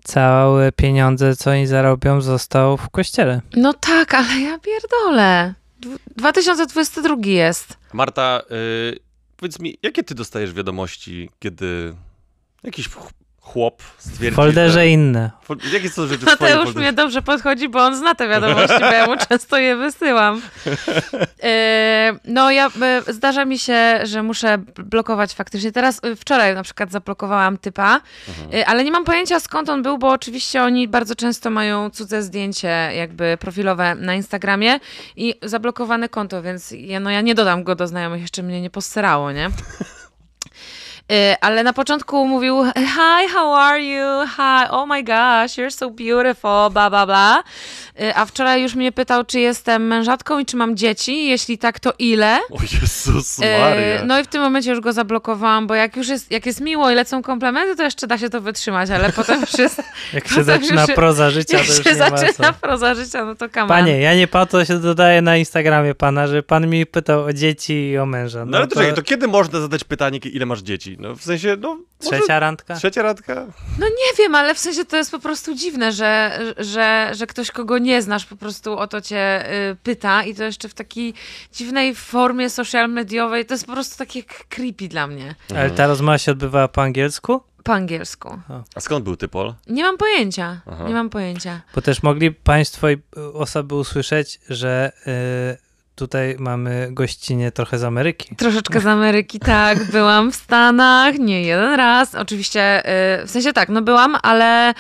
całe pieniądze, co oni zarobią, został w kościele. No tak, ale ja pierdolę. dwa tysiące dwudziesty drugi jest. Marta, yy, powiedz mi, jakie ty dostajesz wiadomości, kiedy jakiś ch- chłop stwierdzi, W folderze że... inne. Fol... Jakie są rzeczy w twoim Mateusz folderze? mnie dobrze podchodzi, bo on zna te wiadomości, bo ja mu często je wysyłam. Yy, no ja, y, zdarza mi się, że muszę blokować faktycznie. Teraz, y, wczoraj na przykład zablokowałam typa, Mhm. y, ale nie mam pojęcia skąd on był, bo oczywiście oni bardzo często mają cudze zdjęcie jakby profilowe na Instagramie i zablokowane konto, więc ja, no ja nie dodam go do znajomych, jeszcze mnie nie posterało, nie? Ale na początku mówił hi, how are you? Hi, oh my gosh, you're so beautiful, bla, bla, bla. A wczoraj już mnie pytał, czy jestem mężatką i czy mam dzieci. Jeśli tak, to ile? O Jezus Maria. No i w tym momencie już go zablokowałam, bo jak już jest, jak jest miło i lecą komplementy, to jeszcze da się to wytrzymać, ale potem już jest... Jak się zaczyna już, proza życia, jak to już się nie ma zaczyna co. proza życia, no to come on. Panie, ja nie po to się dodaję na Instagramie pana, że pan mi pytał o dzieci i o męża. No, No ale to, czekaj, to kiedy można zadać pytanie, ile masz dzieci? No w sensie, no... Trzecia może... randka? Trzecia randka? No nie wiem, ale w sensie to jest po prostu dziwne, że, że, że ktoś, kogo nie znasz, po prostu o to cię y, pyta i to jeszcze w takiej dziwnej formie social mediowej. To jest po prostu takie creepy dla mnie. Ale ta rozmowa się odbywała po angielsku? Po angielsku. A skąd był typol? Nie mam pojęcia. Aha. Nie mam pojęcia. Bo też mogli państwo i osoby usłyszeć, że y, tutaj mamy gościnie trochę z Ameryki. Troszeczkę z Ameryki, tak. Byłam w Stanach, nie jeden raz. Oczywiście, y, w sensie tak, no byłam, ale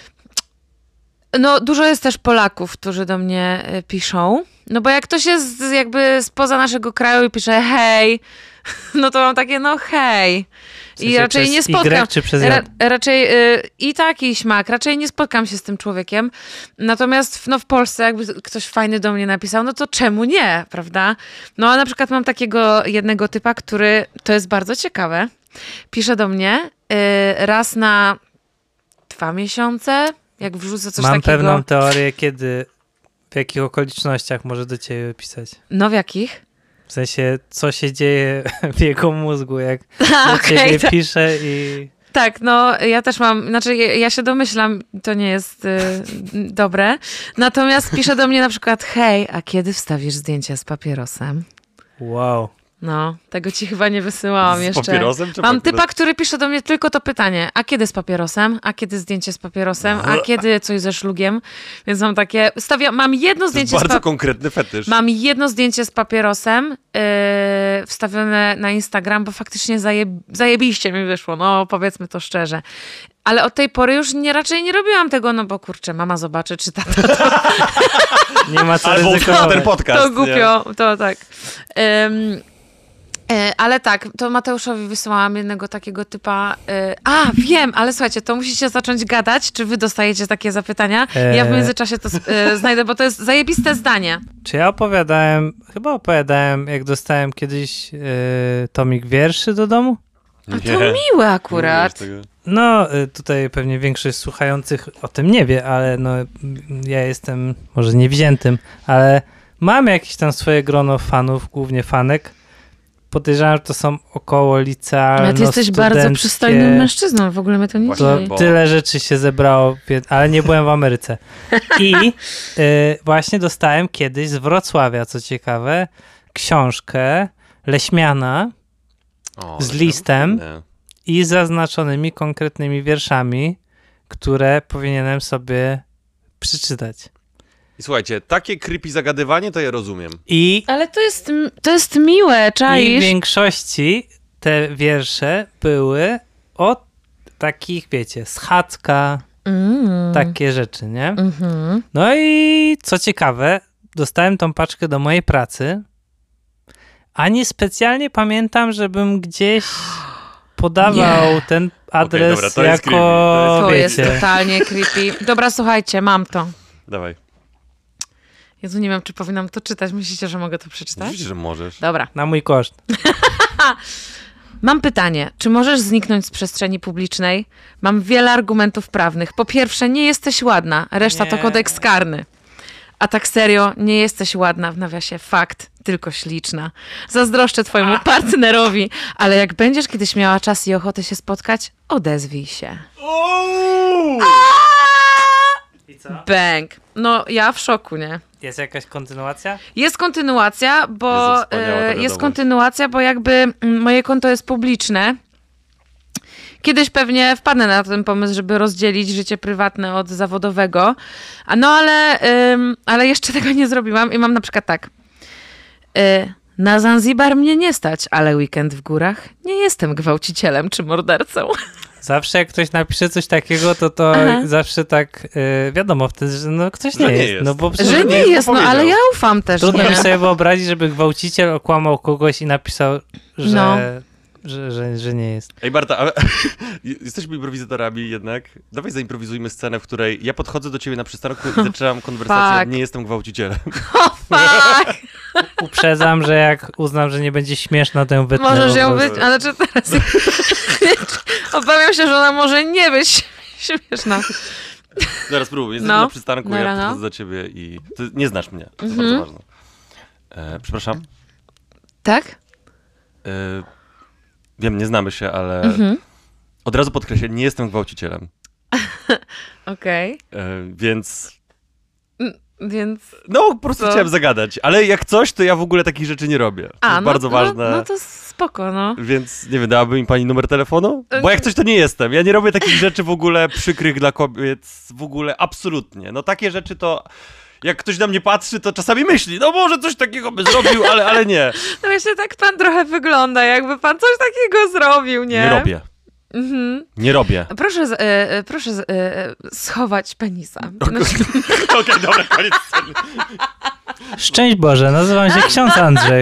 no dużo jest też Polaków, którzy do mnie y, piszą. No bo jak ktoś jest jakby spoza naszego kraju i pisze hej, no to mam takie no hej. W sensie I raczej przez nie spotkam. Y czy przez Ra, J? raczej y, i tak, i śmak. Raczej nie spotkam się z tym człowiekiem. Natomiast w, no, w Polsce jakby ktoś fajny do mnie napisał, no to czemu nie, prawda? No a na przykład mam takiego jednego typa, który, to jest bardzo ciekawe, pisze do mnie y, raz na dwa miesiące, jak wrzucę coś Mam takiego. pewną teorię, kiedy, w jakich okolicznościach może do ciebie pisać. No w jakich? W sensie, co się dzieje w jego mózgu, jak A, do okej, ciebie tak. pisze i... Tak, no ja też mam, znaczy ja, ja się domyślam, to nie jest y, dobre, natomiast pisze do mnie na przykład hej, a kiedy wstawisz zdjęcie z papierosem? Wow. No, tego ci chyba nie wysyłałam Z jeszcze. papierosem czy Mam papieros? typa, który pisze do mnie tylko to pytanie, a kiedy z papierosem, a kiedy zdjęcie z papierosem, a kiedy coś ze szlugiem, więc mam takie, stawiam, mam jedno To jest zdjęcie z bardzo papierosem. konkretny fetysz. Mam jedno zdjęcie z papierosem yy, wstawione na Instagram, bo faktycznie zajeb, zajebiście mi wyszło, no powiedzmy to szczerze. Ale od tej pory już nie, raczej nie robiłam tego, no bo kurczę, mama zobaczy, czy tata to, Nie ma co Albo ryzykować. ten podcast. to nie? głupio, to tak. Ym, e, ale tak, to Mateuszowi wysyłałam jednego takiego typa. e, A, wiem, ale słuchajcie, to musicie zacząć gadać, czy wy dostajecie takie zapytania. Ja w Eee. międzyczasie to e, znajdę, bo to jest zajebiste zdanie. Czy ja opowiadałem, chyba opowiadałem, jak dostałem kiedyś yy, tomik wierszy do domu? A to miłe akurat. Nie mówiłeś tego. No, y, tutaj pewnie większość słuchających o tym nie wie, ale no, y, ja jestem może niewziętym, ale mam jakieś tam swoje grono fanów, głównie fanek. Podejrzewam, że to są około licealno Ale ty jesteś bardzo przystojnym mężczyzną, w ogóle mnie to nie Właśnie, To dziwi. bo- tyle rzeczy się zebrało, wie- ale nie byłem w Ameryce. I y, właśnie dostałem kiedyś z Wrocławia, co ciekawe, książkę Leśmiana O, z to listem. fajne. i zaznaczonymi konkretnymi wierszami, które powinienem sobie przeczytać. I słuchajcie, takie creepy zagadywanie to ja rozumiem. I, Ale to jest, to jest miłe, I w czaisz? większości te wiersze były o takich, wiecie, schadzka, Mm. takie rzeczy, nie? Mhm. No i co ciekawe, dostałem tą paczkę do mojej pracy, a nie specjalnie pamiętam, żebym gdzieś podawał Nie. ten adres dobra, to jest jako, creepy, To jest wiecie... totalnie creepy. Dobra, słuchajcie, mam to. Dawaj. Jezu, nie wiem, czy powinnam to czytać. Myślicie, że mogę to przeczytać? Oczywiście, że możesz. Dobra. Na mój koszt. Mam pytanie. Czy możesz zniknąć z przestrzeni publicznej? Mam wiele argumentów prawnych. Po pierwsze, nie jesteś ładna. Reszta to Nie. kodeks karny. A tak serio, nie jesteś ładna, w nawiasie fakt, tylko śliczna. Zazdroszczę twojemu partnerowi, ale jak będziesz kiedyś miała czas i ochotę się spotkać, odezwij się. Uuu! co? Bang. No ja w szoku, nie? Jest jakaś kontynuacja? Jest kontynuacja, bo Jezu, wspaniała ta e, jest wiadomość. kontynuacja, bo jakby mm, moje konto jest publiczne. Kiedyś pewnie wpadnę na ten pomysł, żeby rozdzielić życie prywatne od zawodowego. A no ale, ym, ale jeszcze tego nie zrobiłam i mam na przykład tak. Y, na Zanzibar mnie nie stać, ale weekend w górach nie jestem gwałcicielem czy mordercą. Zawsze jak ktoś napisze coś takiego, to to Aha. zawsze tak y, wiadomo wtedy, że no ktoś nie, Że nie jest. jest. No bo przecież Że nie nie jest, no powiedział. ale ja ufam też. trudno nie? mi sobie wyobrazić, żeby gwałciciel okłamał kogoś i napisał, że, No. że, że, że nie jest. Ej Barta, ale jesteśmy improwizatorami jednak. Dawaj zaimprowizujmy scenę, w której ja podchodzę do ciebie na przystanku i zaczynam konwersację, Fuck. nie jestem gwałcicielem. O, fuck! Uprzedzam, że jak uznam, że nie będzie śmieszna, to ją wytnę. Możesz po ją prostu. być, ale czy teraz... Obawiam się, że ona może nie być śmieszna. Zaraz spróbuj, jesteśmy No. na przystanku, Dobra, ja no. podchodzę do ciebie i ty nie znasz mnie, to jest Mhm. bardzo ważne. E, przepraszam. Tak? E, wiem, nie znamy się, ale Mhm. od razu podkreślę, nie jestem gwałcicielem. Okej. E, więc Więc... no po prostu Co? chciałem zagadać, ale jak coś, to ja w ogóle takich rzeczy nie robię. To A, jest no, bardzo no, ważne. No to spoko, no. Więc nie wiem, dałaby mi pani numer telefonu? Bo jak coś, to nie jestem. Ja nie robię takich rzeczy w ogóle przykrych dla kobiet, w ogóle absolutnie. No takie rzeczy to, jak ktoś na mnie patrzy, to czasami myśli, no może coś takiego by zrobił, ale, ale nie. No właśnie tak pan trochę wygląda, jakby pan coś takiego zrobił, nie? Nie robię. Mhm. Nie robię. Proszę, z, e, e, proszę z, e, e, schować penisa. No, Okej, dobra, koniec sceny. Szczęść Boże, nazywam się ksiądz Andrzej.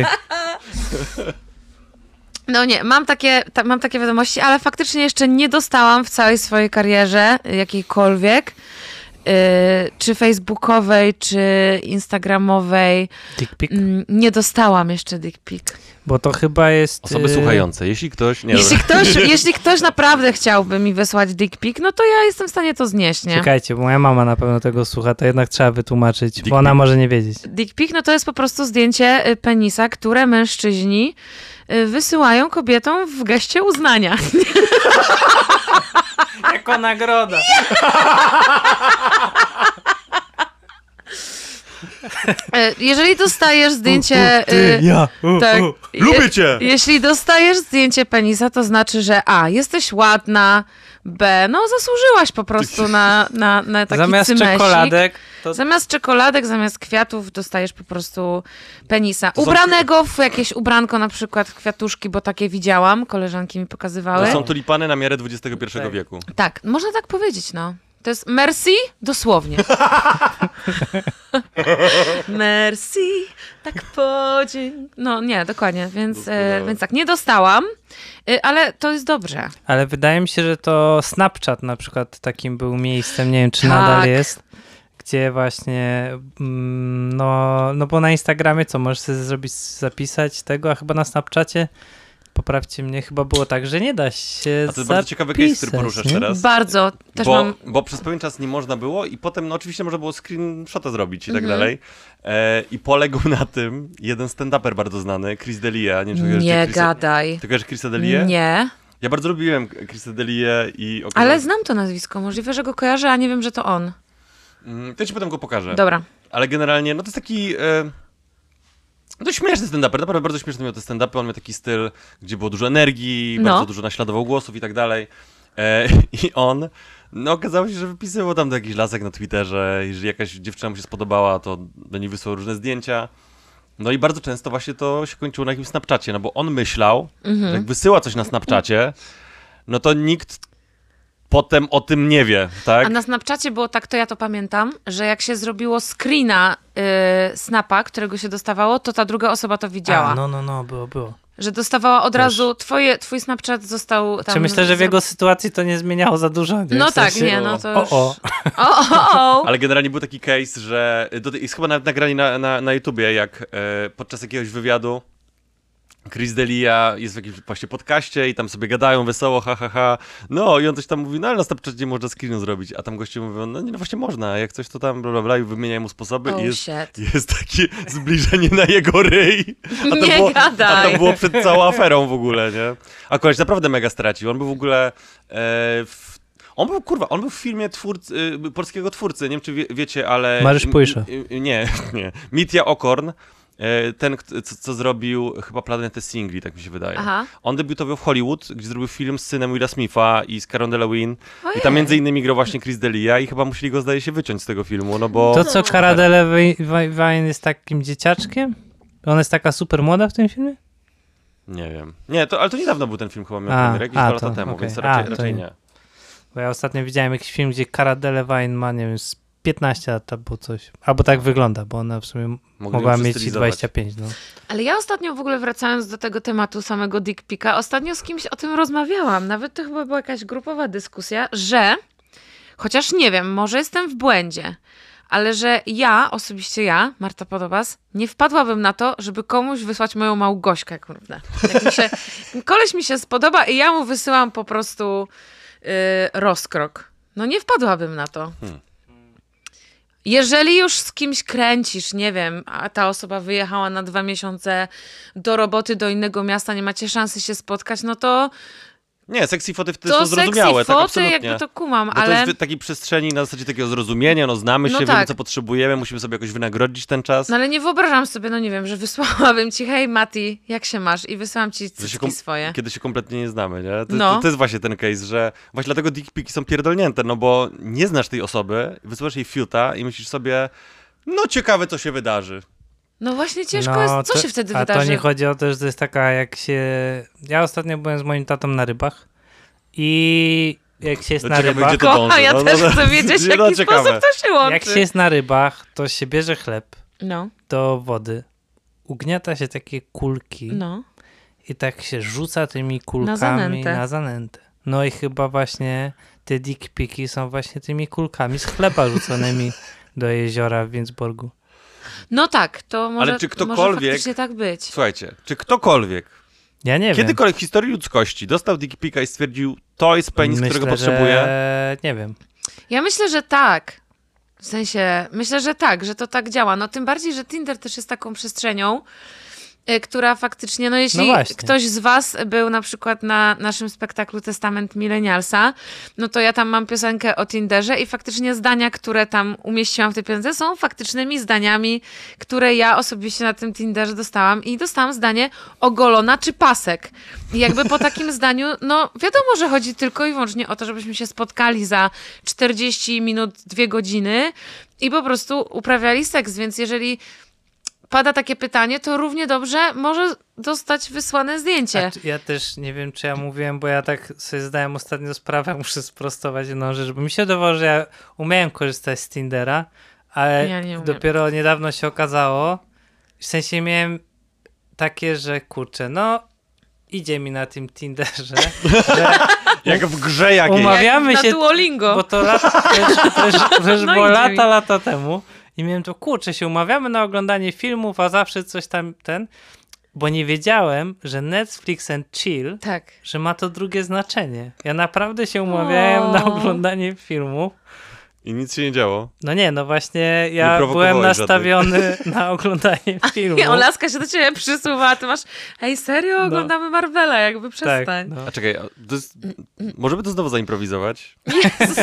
no nie, mam takie, ta, mam takie wiadomości, ale faktycznie jeszcze nie dostałam w całej swojej karierze jakiejkolwiek, e, czy facebookowej, czy instagramowej. Dick pic. Mm, Nie dostałam jeszcze dick pic. Bo to chyba jest... Osoby y, słuchające, jeśli ktoś... Nie, Jeśli dobra. ktoś, jeśli ktoś naprawdę chciałby mi wysłać dick pic, no to ja jestem w stanie to znieść, nie? Czekajcie, bo moja mama na pewno tego słucha, to jednak trzeba wytłumaczyć, Dick bo ona pic. może nie wiedzieć. Dick pic, no to jest po prostu zdjęcie y, penisa, które mężczyźni y, wysyłają kobietom w geście uznania. Jako nagroda. Y, Jeżeli dostajesz zdjęcie... y, ja. U, tak, u. Lubię cię! Jeśli dostajesz zdjęcie penisa, to znaczy, że A, jesteś ładna, B, no zasłużyłaś po prostu na, na, na taki Zamiast cymesik. czekoladek, to Zamiast czekoladek, zamiast kwiatów dostajesz po prostu penisa. są- Ubranego w jakieś ubranko, na przykład kwiatuszki, bo takie widziałam, koleżanki mi pokazywały. To są tulipany na miarę dwudziestego pierwszego Tak. wieku. Tak, można tak powiedzieć, no. To jest merci dosłownie. Merci, tak podzień. No nie, dokładnie, więc, e, Doskonale. więc tak, nie dostałam, e, ale to jest dobrze. ale wydaje mi się, że to Snapchat na przykład takim był miejscem, nie wiem czy Tak. nadal jest, gdzie właśnie, mm, no, no bo na Instagramie co, możesz sobie zrobić, zapisać tego, a chyba na Snapchacie, poprawcie mnie, chyba było tak, że nie da się A to jest bardzo ciekawy case, który zapisać, poruszasz nie? teraz. Bardzo, też Bo, mam... bo przez pewien czas nie można było i potem no oczywiście można było screenshota zrobić i tak Mhm. dalej. E, I poległ na tym jeden stand-uper bardzo znany, Chris D'Elia. Nie wiem, czy kojarzycie Nie Chrisa, gadaj. Ty kojarzysz Chrisa D'Elię? Nie, Ja bardzo lubiłem Chrisa D'Elię i okazało ale znam to nazwisko. Możliwe, że go kojarzę, a nie wiem, że to on. Mm, To ci potem go pokażę. Dobra. Ale generalnie, no to jest taki... E, to śmieszny stand-uper, naprawdę bardzo śmieszny miał te stand-upy. On miał taki styl, gdzie było dużo energii, No. bardzo dużo naśladował głosów i tak dalej. E, I on, no okazało się, że wypisywał tam do jakichś lasek na Twitterze, jeżeli jakaś dziewczyna mu się spodobała, to do niej wysłał różne zdjęcia. No i bardzo często właśnie to się kończyło na jakimś Snapchacie, no bo on myślał, Mhm. że jak wysyła coś na Snapchacie, no to nikt potem o tym nie wie, tak? A na Snapchacie było tak, to ja to pamiętam, że jak się zrobiło screena y, snapa, którego się dostawało, to ta druga osoba to widziała. A, no, no, no, było, było. Że dostawała od Też. razu, twoje, twój Snapchat został tam... Czy myślę, że w jego sytuacji to nie zmieniało za dużo? Nie? No W tak, sensie- nie, no to O, już... o. o, o, o. Ale generalnie był taki case, że do, jest chyba nawet nagranie na, na, na YouTubie, jak e, podczas jakiegoś wywiadu Chris D'Elia jest w jakimś właśnie podcaście i tam sobie gadają wesoło, ha, ha, ha. No i on coś tam mówi, no ale na Snapchacie można screenu zrobić, a tam goście mówią, no nie, no właśnie można, jak coś to tam bla, bla, bla i wymieniają mu sposoby Oh, i jest, shit. jest takie zbliżenie na jego ryj. A to, Nie było, a gadaj. to było przed całą aferą w ogóle, nie? A koleś naprawdę mega stracił, on był w ogóle e, w On był, kurwa, on był w filmie twórcy, y, polskiego twórcy, nie wiem, czy wie, wiecie, ale... Mariusz Pojysza. Y, y, nie, nie. Mitja Okorn, y, ten, co, co zrobił chyba Planetę Singli, tak mi się wydaje. Aha. On debiutował w Hollywood, gdzie zrobił film z synem Willa Smitha i z Carol Delevingne. Ojej. I tam między innymi grał właśnie Chris D'Elia i chyba musieli go, zdaje się, wyciąć z tego filmu, no bo... To co, Cara Delevingne jest takim dzieciaczkiem? Ona jest taka super młoda w tym filmie? Nie wiem. Nie, to, ale to niedawno był ten film, chyba miał A, premierę, jakieś a, dwa lata to, temu, okej. więc raczej, A, to raczej nie. nie. Bo ja ostatnio widziałem jakiś film, gdzie Cara Delevingne ma, nie wiem, z piętnaście lat albo coś. Albo tak wygląda, bo ona w sumie Mogli mogła ją mieć i przystylizować. dwadzieścia pięć. No. Ale ja ostatnio w ogóle wracając do tego tematu samego dick pica, ostatnio z kimś o tym rozmawiałam. Nawet to chyba była jakaś grupowa dyskusja, że chociaż nie wiem, może jestem w błędzie, ale że ja, osobiście ja, Marta Podobas, nie wpadłabym na to, żeby komuś wysłać moją Małgośkę, kurde. Jak mi się, koleś mi się spodoba i ja mu wysyłam po prostu yy, rozkrok. No nie wpadłabym na to. Hmm. Jeżeli już z kimś kręcisz, nie wiem, a ta osoba wyjechała na dwa miesiące do roboty, do innego miasta, nie macie szansy się spotkać, no to Nie, sexy foty wtedy to są zrozumiałe, sexy tak foty, absolutnie. jakby to kumam, Bo to ale... jest w takiej przestrzeni na zasadzie takiego zrozumienia, no znamy się, No wiemy tak. co potrzebujemy, musimy sobie jakoś wynagrodzić ten czas. No ale nie wyobrażam sobie, no nie wiem, że wysłałabym ci, hej Mati, jak się masz? I wysyłam ci Że się cycki kom- swoje. Kiedy się kompletnie nie znamy, nie? To, No. to, to jest właśnie ten case, że właśnie dlatego dickpiki są pierdolnięte, no bo nie znasz tej osoby, wysyłasz jej fiuta i myślisz sobie, no ciekawe co się wydarzy. No właśnie ciężko No, jest, co to- się wtedy a wydarzy? to nie chodzi o to, że to jest taka jak się... Ja ostatnio byłem z moim tatą na rybach i jak się jest No na ciekawe, rybach... gdzie to Kocha, ja No, no, też no. chcę wiedzieć, w No, jaki ciekawe. sposób to się łączy. Jak się jest na rybach, to się bierze chleb No, do wody, ugniata się takie kulki no. i tak się rzuca tymi kulkami zanętę. na zanętę. No i chyba właśnie te dickpiki są właśnie tymi kulkami z chleba rzuconymi do jeziora w Więcborgu. No tak, to może, Ale czy może ktokolwiek- faktycznie tak być. Słuchajcie, czy ktokolwiek, Ja nie wiem. kiedykolwiek w historii ludzkości dostał dickpika i stwierdził, to jest penis, Myślę, którego potrzebuję? Że... Nie wiem. Ja myślę, że tak. W sensie, myślę, że tak, że to tak działa. No tym bardziej, że Tinder też jest taką przestrzenią, y, która faktycznie, no jeśli No właśnie. ktoś z was był na przykład na naszym spektaklu Testament Millennialsa, no to ja tam mam piosenkę o Tinderze i faktycznie zdania, które tam umieściłam w tej piosence są faktycznymi zdaniami, które ja osobiście na tym Tinderze dostałam i dostałam zdanie ogolona czy pasek. I jakby po takim zdaniu, no wiadomo, że chodzi tylko i wyłącznie o to, żebyśmy się spotkali za czterdzieści minut, dwie godziny i po prostu uprawiali seks, więc jeżeli pada takie pytanie, to równie dobrze może dostać wysłane zdjęcie. A czy- ja też nie wiem, czy ja mówiłem, bo ja tak sobie zdałem ostatnio sprawę, muszę sprostować jedną rzecz, bo mi się wydawało, że ja umiałem korzystać z Tindera, ale Ja nie umiem. dopiero niedawno się okazało, w sensie miałem takie, że kurczę, no idzie mi na tym Tinderze, że Jak w grze jakiejś. umawiamy Jak na się, Duolingo. bo to lata, też, też, też No było idzie lata, mi. lata temu i miałem to, kurczę, się umawiamy na oglądanie filmów, a zawsze coś tam ten, bo nie wiedziałem, że Netflix and Chill, Tak. że ma to drugie znaczenie. Ja naprawdę się umawiałem na O. oglądanie filmu. I nic się nie działo. No nie, no właśnie Nie ja prowokowałeś byłem nastawiony na oglądanie filmu. I Olaska się do ciebie przysuwa, a ty masz, ej serio, oglądamy Marvela, jakby przestań. tak, no. A czekaj, a to jest... możemy to znowu zaimprowizować? Jezus.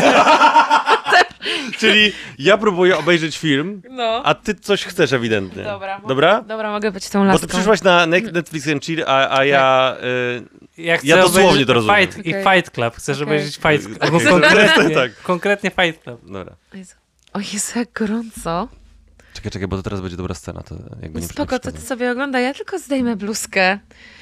Czyli ja próbuję obejrzeć film, No. a ty coś chcesz ewidentnie. Dobra. mo- Dobra? Dobra, mogę być tą Bo laską. ty przyszłaś na Ne- Netflix and Chill, a, a ja... Y, Ja, chcę Ja dosłownie obejrzeć to rozumiem. Fight, Okej. I Fight Club. Chcesz Okej. obejrzeć Fight Club. Albo Okej, konkretnie, tak. konkretnie Fight Club. dobra. Jezu. O Jezu, jak gorąco. Czekaj, czekaj, bo to teraz będzie dobra scena. To jakby nie Spoko, to ty przeszkadza. sobie oglądaj, ja tylko zdejmę bluzkę.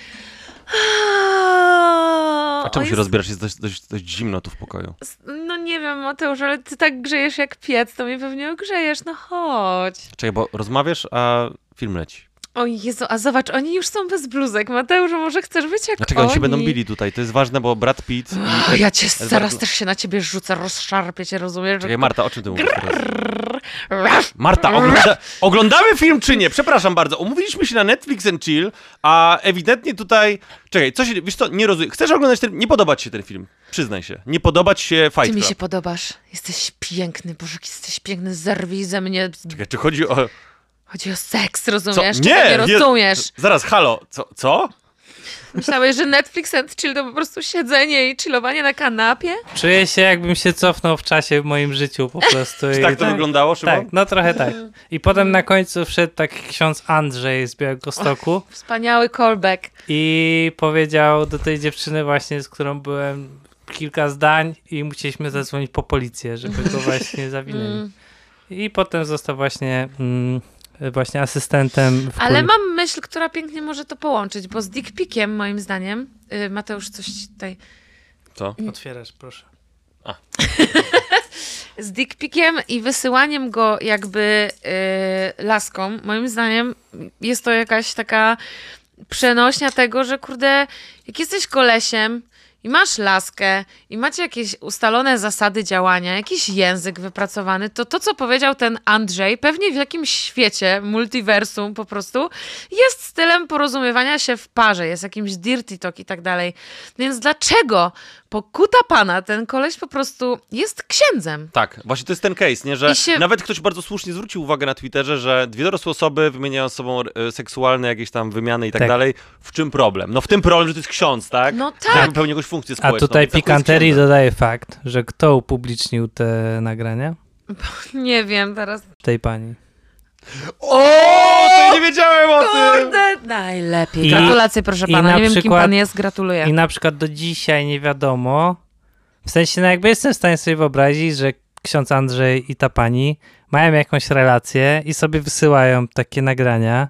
A czemu O się Jezu. rozbierasz? Jest dość, dość, dość zimno tu w pokoju. No nie wiem, Mateusz, ale ty tak grzejesz jak piec, to mnie pewnie ogrzejesz, no chodź. Czekaj, bo rozmawiasz, a film leci. O Jezu, a zobacz, oni już są bez bluzek. Mateusz, może chcesz być jak Dlaczego oni? oni się będą bili tutaj? To jest ważne, bo Brad Pitt... O, I... ja cię Edward- zaraz też się na ciebie rzucę, rozszarpię cię, rozumiesz? Czekaj, Marta, o czym ty mówisz teraz? Marta, Marta, ogląda... oglądamy film czy nie? Przepraszam bardzo, umówiliśmy się na Netflix and Chill, a ewidentnie tutaj... Czekaj, coś, wiesz co, nie rozumiem. Chcesz oglądać ten... Nie podoba ci się ten film. Przyznaj się. Nie podoba ci się Fight Ty mi Club. się podobasz. Jesteś piękny, Boże, jak jesteś piękny, zerwij ze mnie. Czekaj, czy chodzi o... Chodzi o seks, rozumiesz? Co? Czy Nie, ty nie nie- rozumiesz? Zaraz, halo, co? co? Myślałeś, że Netflix and chill to po prostu siedzenie i chillowanie na kanapie? Czuję się, jakbym się cofnął w czasie w moim życiu po prostu. Czy i tak to wyglądało, Szymon? Tak, no trochę tak. I potem na końcu wszedł taki ksiądz Andrzej z Białegostoku. Och, wspaniały callback. I powiedział do tej dziewczyny właśnie, z którą byłem, kilka zdań i musieliśmy zadzwonić po policję, żeby go właśnie zawinęli. Mm. I potem został właśnie... Mm, właśnie asystentem. W Ale kul... mam myśl, która pięknie może to połączyć, bo z dickpikiem, moim zdaniem, yy, Mateusz coś tutaj... Co? Otwierasz, proszę. A. Z dickpikiem i wysyłaniem go jakby yy, laskom, moim zdaniem jest to jakaś taka przenośnia tego, że kurde, jak jesteś kolesiem i masz laskę i macie jakieś ustalone zasady działania, jakiś język wypracowany, to to, co powiedział ten Andrzej, pewnie w jakimś świecie, multiversum po prostu, jest stylem porozumiewania się w parze, jest jakimś dirty talk i tak dalej. Więc dlaczego pokuta pana ten koleś po prostu jest księdzem? Tak, właśnie to jest ten case, nie? Że się... nawet ktoś bardzo słusznie zwrócił uwagę na Twitterze, że dwie dorosłe osoby wymieniają z sobą e, seksualne jakieś tam wymiany i tak, tak dalej. W czym problem? No w tym problem, że to jest ksiądz, tak? No tak. Że pełni jakąś funkcję A społeczną. tutaj Więc tak pikanterii jest dodaje fakt, że kto upublicznił te nagrania? Nie wiem teraz. Tej pani. O, to ja nie wiedziałem o tym! Kurde, najlepiej. I- Gratulacje, proszę i pana. na Nie wiem, kim przykład- pan jest, gratuluję. I na przykład do dzisiaj nie wiadomo, w sensie no jakby jestem w stanie sobie wyobrazić, że ksiądz Andrzej i ta pani mają jakąś relację i sobie wysyłają takie nagrania,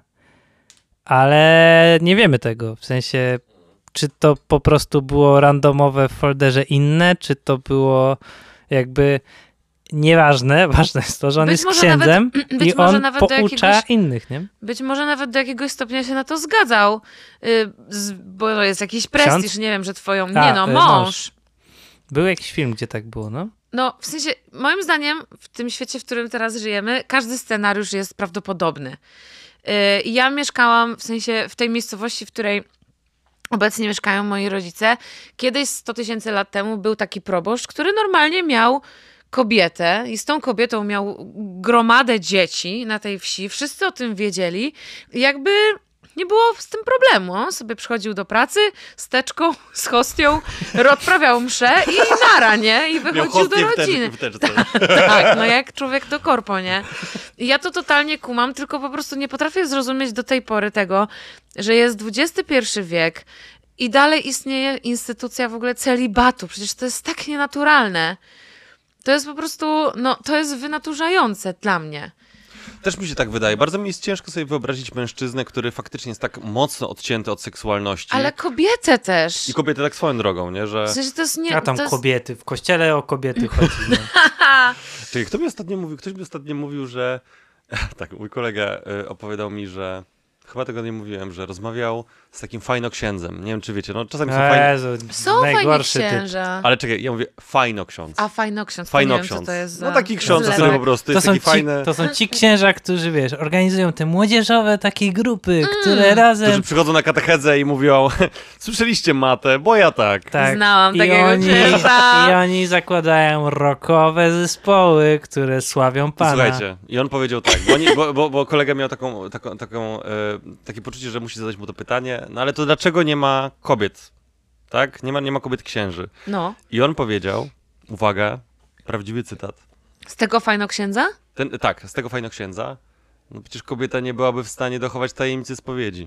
ale nie wiemy tego, w sensie czy to po prostu było randomowe w folderze inne, czy to było jakby nieważne, ważne jest to, że on Być jest może księdzem nawet- być i może on nawet do poucza jakiegoś- innych, nie? Być może nawet do jakiegoś stopnia się na to zgadzał, y, z, bo to jest jakiś prestiż, Ksiądz? nie wiem, że twoją... A, nie no, y, mąż. mąż. Był jakiś film, gdzie tak było, no? No, w sensie, moim zdaniem, w tym świecie, w którym teraz żyjemy, każdy scenariusz jest prawdopodobny. Yy, ja mieszkałam, w sensie, w tej miejscowości, w której obecnie mieszkają moi rodzice. Kiedyś, sto tysięcy lat temu, był taki proboszcz, który normalnie miał kobietę i z tą kobietą miał gromadę dzieci na tej wsi. Wszyscy o tym wiedzieli. I jakby nie było z tym problemu. On sobie przychodził do pracy z teczką, z hostią, odprawiał mszę i nara, nie? I Miał wychodził do hostię w rodziny. teczce- w teczce. Tak, no jak człowiek do korpo, nie? I ja to totalnie kumam, tylko po prostu nie potrafię zrozumieć do tej pory tego, że jest dwudziesty pierwszy wiek i dalej istnieje instytucja w ogóle celibatu. Przecież to jest tak nienaturalne. To jest po prostu, no to jest wynaturzające dla mnie. Też mi się tak wydaje. Bardzo mi jest ciężko sobie wyobrazić mężczyznę, który faktycznie jest tak mocno odcięty od seksualności. Ale kobietę też. I kobiety tak swoją drogą, nie? Że... W sensie to jest nie... A tam to jest... kobiety, w kościele o kobiety chodzi. No. Czekaj, kto mi ostatnio mówił? Ktoś mi ostatnio mówił, że... Tak, mój kolega y, opowiadał mi, że... Chyba tego nie mówiłem, że rozmawiał z takim fajnoksiędzem. Nie wiem, czy wiecie, no czasami są fajne... Jezu, Są fajni najgorszy typ. księża. Ale czekaj, ja mówię fajnoksiądz. A fajnoksiądz, to nie wiem, Fajnoksiądz. co to jest za... No taki ksiądz, za który zlew. po prostu To jest są, taki ci, fajny... to są ci księża, którzy, wiesz, organizują te młodzieżowe takie grupy, Mm. które razem... Którzy przychodzą na katechezę i mówią słyszeliście matę, bo ja tak. Tak. Znałam I takiego oni, księża. I oni zakładają rockowe zespoły, które sławią Pana. Słuchajcie, i on powiedział tak, bo, oni, bo, bo, bo kolega miał taką, taką, taką, e, takie poczucie, że musi zadać mu to pytanie, no ale to dlaczego nie ma kobiet, tak? Nie ma, nie ma kobiet księży. No. I on powiedział, uwaga, prawdziwy cytat, Z tego fajnoksiędza? ten, tak, z tego fajnoksiędza, no przecież kobieta nie byłaby w stanie dochować tajemnicy spowiedzi.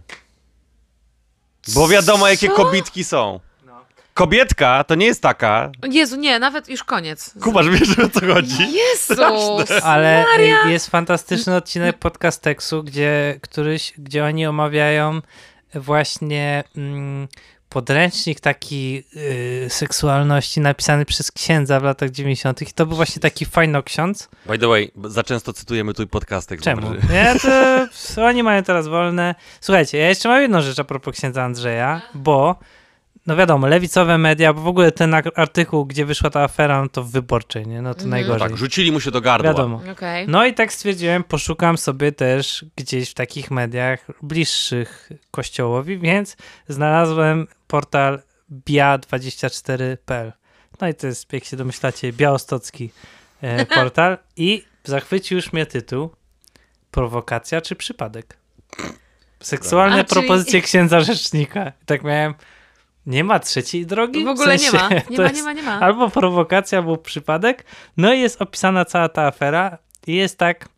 Bo wiadomo, jakie Co? kobitki są. Kobietka to nie jest taka, Jezu, nie, nawet już koniec. Kubasz, wiesz o co chodzi? Jezus! Ale Maria! jest fantastyczny odcinek Podcasteksu, gdzie, któryś, gdzie oni omawiają właśnie mm, podręcznik taki y, seksualności napisany przez księdza w latach dziewięćdziesiątych. I to był właśnie taki fajnoksiądz. By the way, za często cytujemy tu podcastek. Czemu? Dobry. Nie, to oni mają teraz wolne. Słuchajcie, ja jeszcze mam jedną rzecz a propos księdza Andrzeja, bo no wiadomo, lewicowe media, bo w ogóle ten artykuł, gdzie wyszła ta afera, no to w Wyborczej, nie? No to Mhm. najgorzej. Tak, rzucili mu się do gardła. Wiadomo. Okej. No i tak stwierdziłem, poszukam sobie też gdzieś w takich mediach bliższych Kościołowi, więc znalazłem portal bia dwadzieścia cztery kropka p l. No i to jest, jak się domyślacie, białostocki e, portal i zachwycił już mnie tytuł Prowokacja czy przypadek? Seksualne A, czyli- propozycje księdza rzecznika. Tak miałem, nie ma trzeciej drogi? W ogóle sensie, nie ma. Nie to ma, jest nie ma, nie ma. Albo prowokacja, albo przypadek. No i jest opisana cała ta afera i jest tak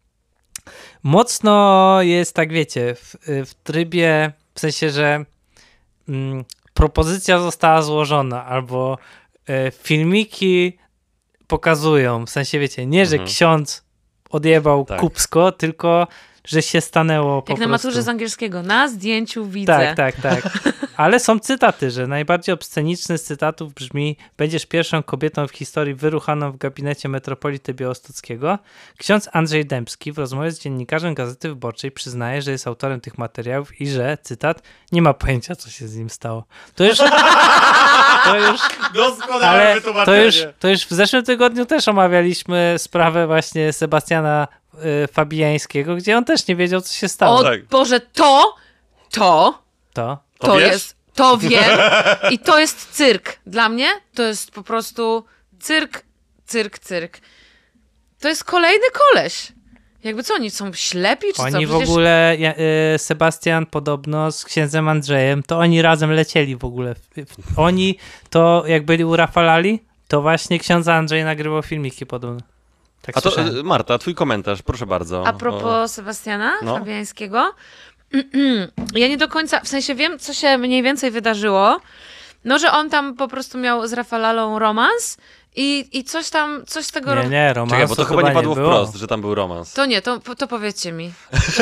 mocno jest tak, wiecie, w, w trybie, w sensie, że mm, propozycja została złożona, albo e, filmiki pokazują, w sensie, wiecie, nie, że Mhm. ksiądz odjebał Tak. kupsko, tylko że się stanęło po Jak na prostu. maturze z angielskiego. Na zdjęciu widzę. Tak, tak, tak. Ale są cytaty, że najbardziej obsceniczny z cytatów brzmi: będziesz pierwszą kobietą w historii wyruchaną w gabinecie metropolity białostockiego. Ksiądz Andrzej Dębski w rozmowie z dziennikarzem Gazety Wyborczej przyznaje, że jest autorem tych materiałów i że, cytat, nie ma pojęcia, co się z nim stało. To już... to już Doskonałe ale wytłumaczenie. to już, to już w zeszłym tygodniu też omawialiśmy sprawę właśnie Sebastiana y, Fabiańskiego, gdzie on też nie wiedział, co się stało. O Tak. Boże, to, to, To... To to wiesz? jest, to wiem i to jest cyrk. Dla mnie to jest po prostu cyrk, cyrk, cyrk. To jest kolejny koleś. Jakby co, oni są ślepi, czy co? Oni w Przecież- ogóle, ja- y, Sebastian podobno z księdzem Andrzejem, to oni razem lecieli w ogóle. W- w- Oni to, jak byli u Rafalali, to właśnie ksiądz Andrzej nagrywał filmiki podobno. Tak A to, słyszałem. e, Marta, twój komentarz, proszę bardzo. A propos Sebastiana No. Fabiańskiego, ja nie do końca, w sensie wiem, co się mniej więcej wydarzyło, no, że on tam po prostu miał z Rafalalą romans i, i coś tam, coś z tego... Nie, ro- nie, romansu Czekaj, bo to chyba nie padło było. wprost, że tam był romans. To nie, to, to powiedzcie mi.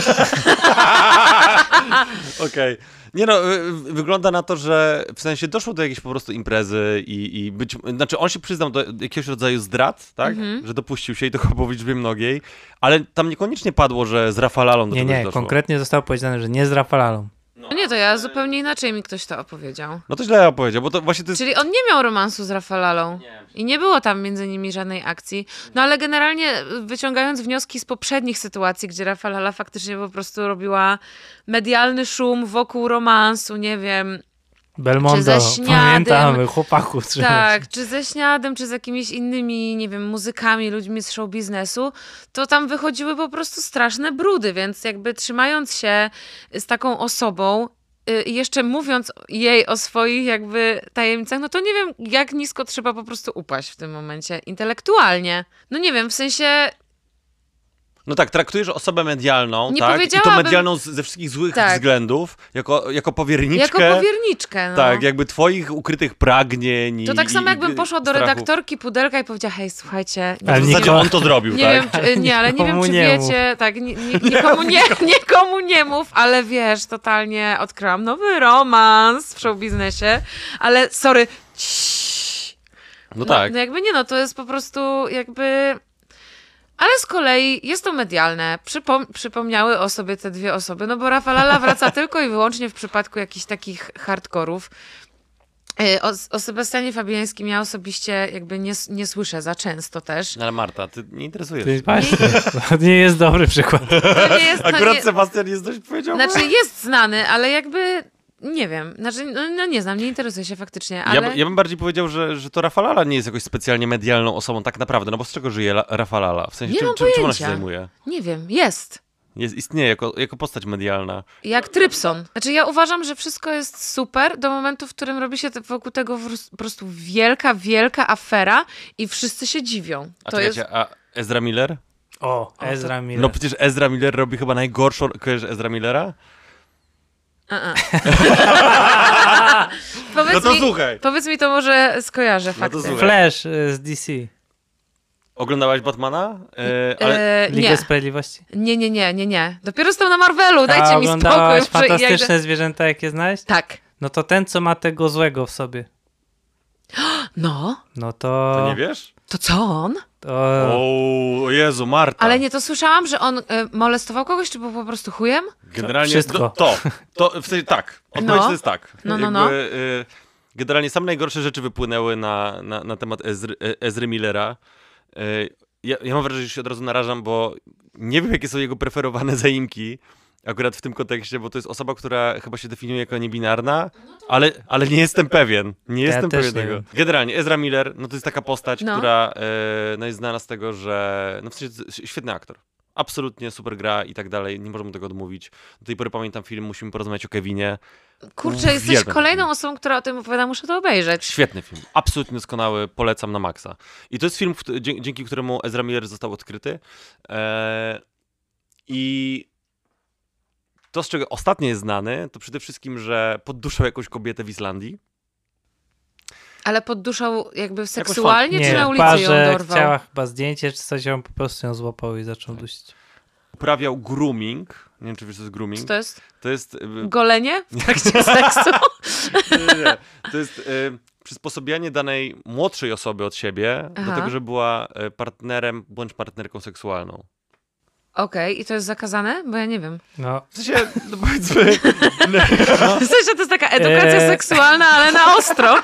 Okej. Nie no, y, wygląda na to, że w sensie doszło do jakiejś po prostu imprezy i, i być... Znaczy on się przyznał do jakiegoś rodzaju zdrad, tak? Mhm. Że dopuścił się i to chyba po liczbie mnogiej, ale tam niekoniecznie padło, że z Rafalalą do Nie, czegoś nie, doszło. konkretnie zostało powiedziane, że nie z Rafalalą. No nie, to ja zupełnie inaczej mi ktoś to opowiedział. No to źle opowiedział, bo to właśnie to jest... Czyli on nie miał romansu z Rafalalą. I nie było tam między nimi żadnej akcji. No ale generalnie wyciągając wnioski z poprzednich sytuacji, gdzie Rafalala faktycznie po prostu robiła medialny szum wokół romansu, nie wiem, Belmondo, Czy ze Śniadem. pamiętamy, chłopaku. trzymaj się. tak, czy ze Śniadem, czy z jakimiś innymi, nie wiem, muzykami, ludźmi z show biznesu, to tam wychodziły po prostu straszne brudy, więc jakby trzymając się z taką osobą y, i jeszcze mówiąc jej o swoich jakby tajemnicach, no to nie wiem, jak nisko trzeba po prostu upaść w tym momencie intelektualnie. No nie wiem, w sensie... No tak, traktujesz osobę medialną, Nie tak? I to powiedziałabym- medialną z, ze wszystkich złych Tak. względów, jako, jako powierniczkę. Jako powierniczkę, no. Tak, jakby twoich ukrytych pragnień i To tak samo i- jakbym poszła do strachów. redaktorki Pudelka i powiedziała, hej, słuchajcie... No, Ale w zasadzie nikogo- on to zrobił, Nie tak? wiem, czy, nie, ale nie wiem, Nikomu czy nie mów. wiecie, tak, ni, ni, nikomu, nie, nikomu nie mów, ale wiesz, totalnie odkryłam nowy romans w showbiznesie, ale sorry, ciii. No tak. No jakby nie, no to jest po prostu jakby... Ale z kolei jest to medialne. Przypom- przypomniały o sobie te dwie osoby, no bo Rafalala wraca tylko i wyłącznie w przypadku jakichś takich hardkorów. Y, O, o Sebastianie Fabiańskim ja osobiście jakby nie, s- nie słyszę za często też. No ale Marta, ty nie interesujesz To się. jest właśnie, to nie jest dobry przykład. To nie jest, to Akurat nie, Sebastian jest dość powiedziałbym. znaczy jest znany, ale jakby nie wiem. Znaczy, no, no nie znam, nie interesuję się faktycznie, ale... Ja, by- ja bym bardziej powiedział, że, że to Rafalala nie jest jakoś specjalnie medialną osobą tak naprawdę, no bo z czego żyje La- Rafalala? W sensie, Nie czym, mam czym, czym ona się pojęcia. zajmuje? Nie wiem, jest. Jest, istnieje jako, jako postać medialna. Jak Trypson. Znaczy ja uważam, że wszystko jest super do momentu, w którym robi się te- wokół tego wró- po prostu wielka, wielka afera i wszyscy się dziwią. A To czekajcie, jest... a Ezra Miller? O, Ezra Miller. No przecież Ezra Miller robi chyba najgorszą... Kojarzysz Ezra Millera? A-a. powiedz, No to mi, słuchaj. powiedz mi to może skojarzę No to fakty. słuchaj. Flash y, z D C. Oglądałaś Batmana? E, ale... E, Ligę nie. Sprawiedliwości. nie, nie, nie, nie, nie. Dopiero stał na Marvelu, dajcie A mi spokój. oglądałaś Prze- ja Fantastyczne idę- zwierzęta, jakie znaleźć? Tak. No to ten, co ma tego złego w sobie. No, No to... To nie wiesz? to co on? To... O, o Jezu, Marta. Ale nie, to słyszałam, że on y, molestował kogoś, czy był po prostu chujem? Generalnie Wszystko. To, to, to w sensie tak. Odpowiedź No. to jest tak. No, no, no. y, generalnie same najgorsze rzeczy wypłynęły na, na, na temat Ezry, e- Ezry Millera. Y, ja, ja mam wrażenie, że się od razu narażam, bo nie wiem, jakie są jego preferowane zaimki. Akurat w tym kontekście, bo to jest osoba, która chyba się definiuje jako niebinarna, ale, ale nie jestem pewien. Nie Ja jestem też pewien nie tego. wiem. Generalnie, Ezra Miller, no to jest taka postać, No. która e, no jest znana z tego, że no w sensie to jest świetny aktor. Absolutnie super gra i tak dalej, nie możemy tego odmówić. Do tej pory pamiętam film, musimy porozmawiać o Kevinie. Kurczę, jesteś Uwielbiam kolejną film. osobą, która o tym opowiada, muszę to obejrzeć. Świetny film, absolutnie doskonały, polecam na maksa. I to jest film, dzięki, dzięki któremu Ezra Miller został odkryty. Eee, I to, z czego ostatnio jest znany, to przede wszystkim, że podduszał jakąś kobietę w Islandii. Ale podduszał jakby seksualnie, nie, czy na ulicy parze ją dorwał? chciała chyba zdjęcie, czy coś, ją po prostu ją złapał i zaczął dusić. Uprawiał grooming. Nie wiem, czy wiesz, co jest grooming. Co to jest? To jest... y, Golenie w trakcie seksu? nie, nie, nie. To jest y, przysposobienie danej młodszej osoby od siebie Aha. do tego, żeby była y, partnerem bądź partnerką seksualną. Okej, okay. I to jest zakazane? Bo ja nie wiem. No. W sensie, no powiedzmy... W sensie to jest taka edukacja Eee. seksualna, ale na ostro.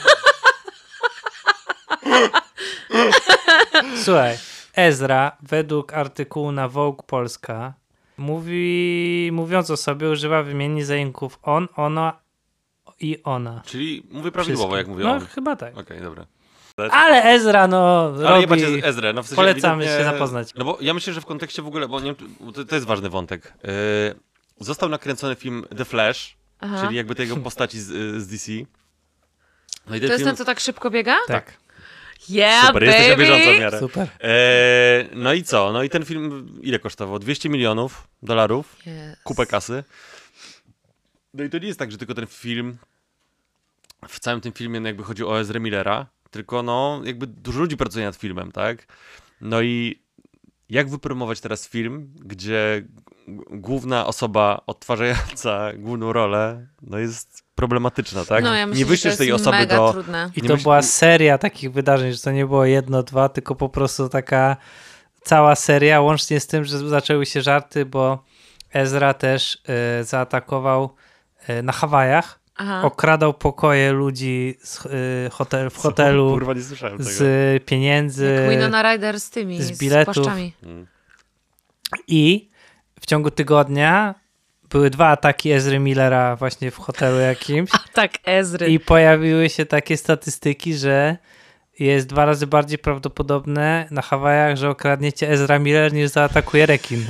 Słuchaj, Ezra według artykułu na Vogue Polska mówi, mówiąc o sobie, używa wymiennie zaimków on, ona i ona. Czyli mówię prawidłowo, jak mówię No on. chyba tak. Okej, okay, dobra. Ale Ezra, no, Ale robi... jebać jest Ezrę. No, w sensie Polecamy ewidentnie- się zapoznać. No bo ja myślę, że w kontekście w ogóle, bo nie, bo to, to jest ważny wątek. Yy, został nakręcony film The Flash, Aha. czyli jakby tej jego postaci z, z D C. No i ten To jest film... ten, co tak szybko biega? Tak. Yeah, Super, baby! jesteś na bieżąco w miarę. Super. Eee, no i co? No i ten film ile kosztował? dwieście milionów dolarów, Yes. kupę kasy. No i to nie jest tak, że tylko ten film, w całym tym filmie no jakby chodzi o Ezrę Millera, tylko no jakby dużo ludzi pracuje nad filmem, tak? No i jak wypromować teraz film, gdzie g- główna osoba odtwarzająca główną rolę, no jest problematyczna, tak? No ja myślę, nie wyślesz że to tej jest osoby mega do... trudne. I Nie to myśl- była seria takich wydarzeń, że to nie było jedno, dwa, tylko po prostu taka cała seria, łącznie z tym, że zaczęły się żarty, bo Ezra też y, zaatakował y, na Hawajach, Aha. okradał pokoje ludzi z, y, hotel, w hotelu Kurwa, nie słyszałem tego. z pieniędzy Jak Winona Ryder z tymi, z z, biletów. płaszczami. Mm. i w ciągu tygodnia były dwa ataki Ezry Millera właśnie w hotelu jakimś. Tak, Ezry. I pojawiły się takie statystyki, że jest dwa razy bardziej prawdopodobne na Hawajach, że okradniecie Ezra Miller, niż zaatakuje rekin.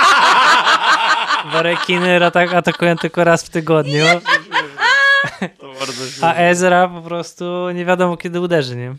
Bo rekiny atak- atakują tylko raz w tygodniu, To bardzo a Ezra po prostu nie wiadomo kiedy uderzy, nie?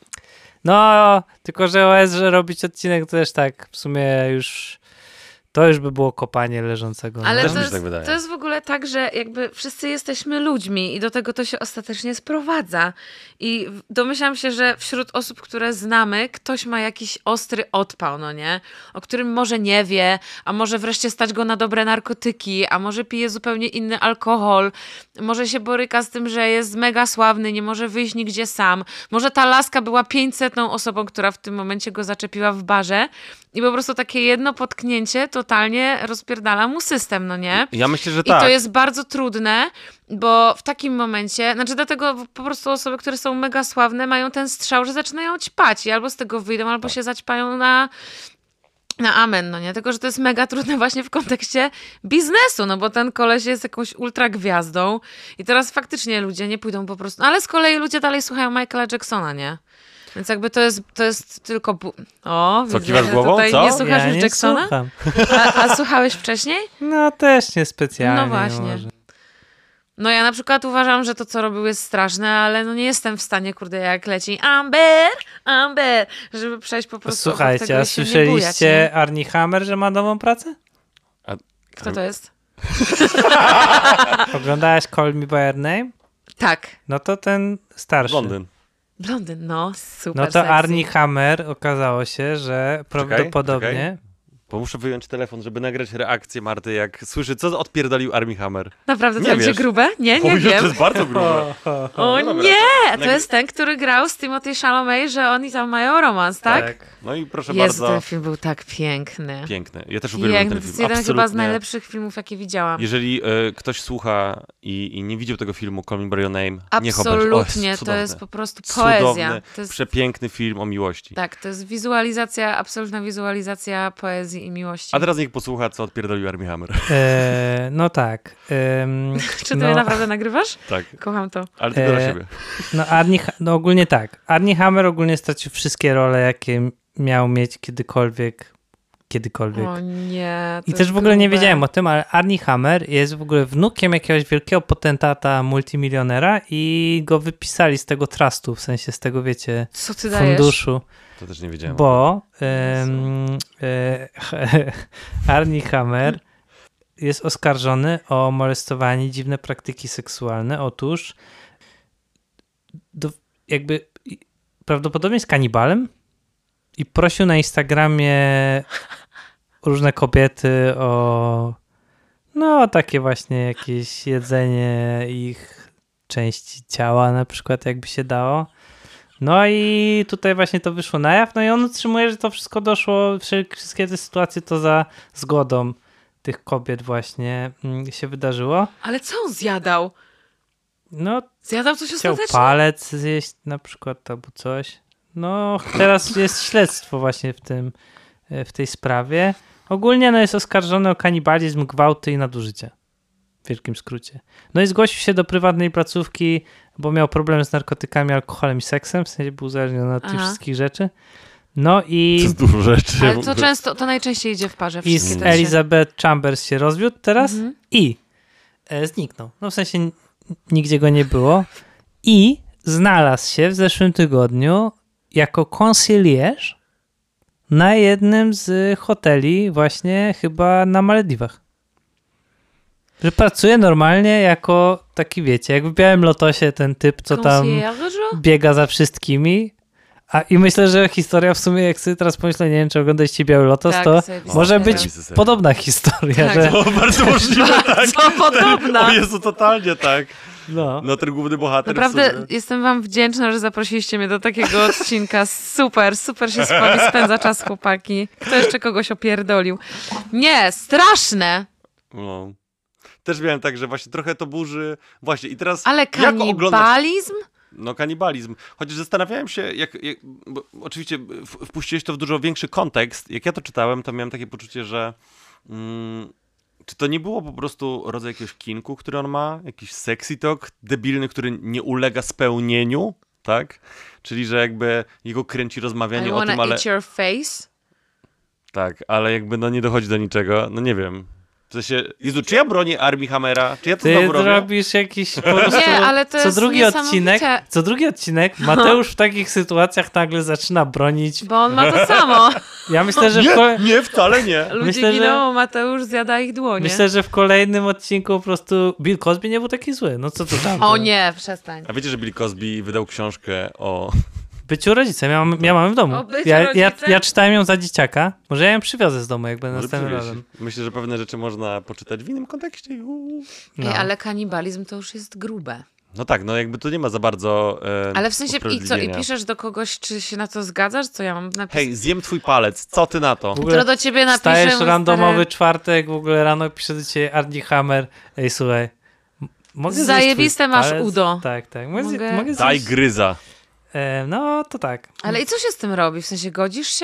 No, tylko że o Ezrze robić odcinek to też tak, w sumie już to już by było kopanie leżącego. Ale Też to mi się jest, tak wydaje. to jest w ogóle tak, że jakby wszyscy jesteśmy ludźmi i do tego to się ostatecznie sprowadza. I w- domyślam się, że wśród osób, które znamy, ktoś ma jakiś ostry odpał, no nie? O którym może nie wie, a może wreszcie stać go na dobre narkotyki, a może pije zupełnie inny alkohol, może się boryka z tym, że jest mega sławny, nie może wyjść nigdzie sam. Może ta laska była pięćsetną osobą, która w tym momencie go zaczepiła w barze i po prostu takie jedno potknięcie totalnie rozpierdala mu system, no nie? Ja myślę, że I tak. to jest bardzo trudne, bo w takim momencie, znaczy dlatego po prostu osoby, które są mega sławne, mają ten strzał, że zaczynają ćpać i albo z tego wyjdą, albo Tak. się zaćpają na, na amen, no nie? Tylko, że to jest mega trudne właśnie w kontekście biznesu, no bo ten koleś jest jakąś ultra gwiazdą i teraz faktycznie ludzie nie pójdą po prostu, no ale z kolei ludzie dalej słuchają Michaela Jacksona, nie? Więc jakby to jest, to jest tylko... Bu- o, Co, widzę, kiwasz że głową? tutaj Co? nie słuchasz ja już nie Jacksona? słucham. A, a słuchałeś wcześniej? No też niespecjalnie. No właśnie. Może. No ja na przykład uważam, że to, co robił, jest straszne, ale no nie jestem w stanie, kurde, jak leci Amber, Amber, żeby przejść po prostu obok Słuchajcie, tego a i się nie bujać, słyszeliście nie? Arnie Hammer, że ma nową pracę? Kto to jest? Oglądałaś Call Me By Your Name? Tak, No to ten starszy. Londyn. Blondyn, no, super No to sexy. Arnie Hammer okazało się, że prawdopodobnie... czekaj. Bo muszę wyjąć telefon, żeby nagrać reakcję Marty, jak słyszy, co odpierdolił Armie Hammer. Naprawdę to Nie będzie wiesz. grube? Nie, nie O, wiem. To jest bardzo grube. Ho, ho, ho. O No dobra, nie! to To nagry- jest ten, który grał z Timothée Chalamet, że oni tam mają romans, tak? No i proszę Jezu, bardzo, ten film był tak piękny. piękny. Ja też uwielbiam Piękny, ten to film. jest jeden chyba z Absolutnie. najlepszych filmów, jakie widziałam. Jeżeli e, ktoś słucha i, i nie widział tego filmu Call Me By Your Name, niech obejrzy. Absolutnie, O, to cudowny. jest po prostu poezja. Cudowny, To jest, przepiękny film o miłości. tak, to jest wizualizacja, absolutna wizualizacja poezji i miłości. A teraz niech posłucha, co odpierdolił Armie Hammer. E, no tak. Ym, Czy ty no, naprawdę nagrywasz? Tak, Kocham to. ale tylko dla E, siebie. no, Arnie, Ha- no ogólnie tak. Arnie Hammer ogólnie stracił wszystkie role, jakie miał mieć kiedykolwiek kiedykolwiek. O nie. I też w ogóle grube. Nie wiedziałem o tym, ale Armie Hammer jest w ogóle wnukiem jakiegoś wielkiego potentata, multimilionera i go wypisali z tego trustu, w sensie z tego, wiecie, Co ty funduszu. Dajesz? To też nie wiedziałem. Bo um, e, Armie Hammer jest oskarżony o molestowanie, dziwne praktyki seksualne. Otóż do, jakby prawdopodobnie jest kanibalem i prosił na Instagramie różne kobiety o no takie właśnie jakieś jedzenie ich części ciała na przykład, jakby się dało. No i tutaj właśnie to wyszło na jaw, no i on utrzymuje, że to wszystko doszło, wszystkie te sytuacje to za zgodą tych kobiet właśnie się wydarzyło. Ale co on zjadał? No, zjadał coś chciał ostatecznie? palec zjeść na przykład albo coś. No, teraz jest śledztwo właśnie w tym, w tej sprawie. Ogólnie no, jest oskarżony o kanibalizm, gwałty i nadużycie. W wielkim skrócie. No i zgłosił się do prywatnej placówki, bo miał problem z narkotykami, alkoholem i seksem. W sensie był uzależniony od tych wszystkich rzeczy. No i... To jest dużo rzeczy. Ale to często, to najczęściej idzie w parze. I z Elizabeth Chambers się rozwiódł teraz mhm. i e, zniknął. No w sensie n- nigdzie go nie było. I znalazł się w zeszłym tygodniu jako concierge na jednym z hoteli właśnie chyba na Malediwach. Że pracuje normalnie jako taki, wiecie, jak w Białym Lotosie ten typ, co tam biega za wszystkimi. A i myślę, że historia w sumie, jak sobie teraz pomyślę, nie wiem, czy oglądaliście Biały Lotos, tak, to może być podobna historia. Tak, że... to bardzo możliwe, tak. Co podobna. O Jezu, totalnie tak. No. No ten główny bohater. Naprawdę jestem wam wdzięczna, że zaprosiliście mnie do takiego odcinka. Super, super się z wami spędza czas, chłopaki. Kto jeszcze kogoś opierdolił? Nie, straszne. No. Też miałem tak, że właśnie trochę to burzy. Właśnie i teraz... Ale kanibalizm? No kanibalizm. Chociaż zastanawiałem się, jak, jak bo oczywiście wpuściłeś to w dużo większy kontekst. Jak ja to czytałem, to miałem takie poczucie, że mm, czy to nie było po prostu rodzaj jakiegoś kinku, który on ma? Jakiś sexy talk debilny, który nie ulega spełnieniu, tak? Czyli, że jakby jego kręci rozmawianie I o tym, ale... eat your face? Tak, ale jakby no nie dochodzi do niczego. No nie wiem. W sensie, Jezu, czy ja bronię Armie Hammera? Czy ja to Ty znowu robię? robisz jakiś po prostu... Nie, ale to co jest drugi odcinek, co drugi odcinek Mateusz w takich sytuacjach nagle zaczyna bronić. Bo on ma to samo. Ja myślę, że... Nie, w kole... nie, wcale nie. Ludzie myślę, giną, że... Mateusz zjada ich dłonie. Myślę, że w kolejnym odcinku po prostu Bill Cosby nie był taki zły. No co to tam? O nie, przestań. A wiecie, że Bill Cosby wydał książkę o... byciu rodzicem. Ja, ja mam w domu. O byciu ja, ja, rodzicem? ja czytałem ją za dzieciaka. Może ja ją przywiozę z domu, jak będę Może następnym przywieźć. razem. Myślę, że pewne rzeczy można poczytać w innym kontekście. Uuu. No. Ej, ale kanibalizm to już jest grube. No tak, no jakby tu nie ma za bardzo e, Ale w sensie, i co, i usprawiedliwienia. piszesz do kogoś, czy się na to zgadzasz? Co ja mam napisać? Hej, zjem twój palec, co ty na to? W ogóle To do ciebie napiszę. Stajesz mój randomowy stary... czwartek, w ogóle rano pisze do ciebie Armie Hammer. Ej, słuchaj, m- mogę zjeść Zajebiste twój masz palec? udo. Tak, tak. Mogę, Mogę- zje- mogę Daj zjeść. gryza. E, no, to tak. Ale i co się z tym robi? W sensie, godzisz się?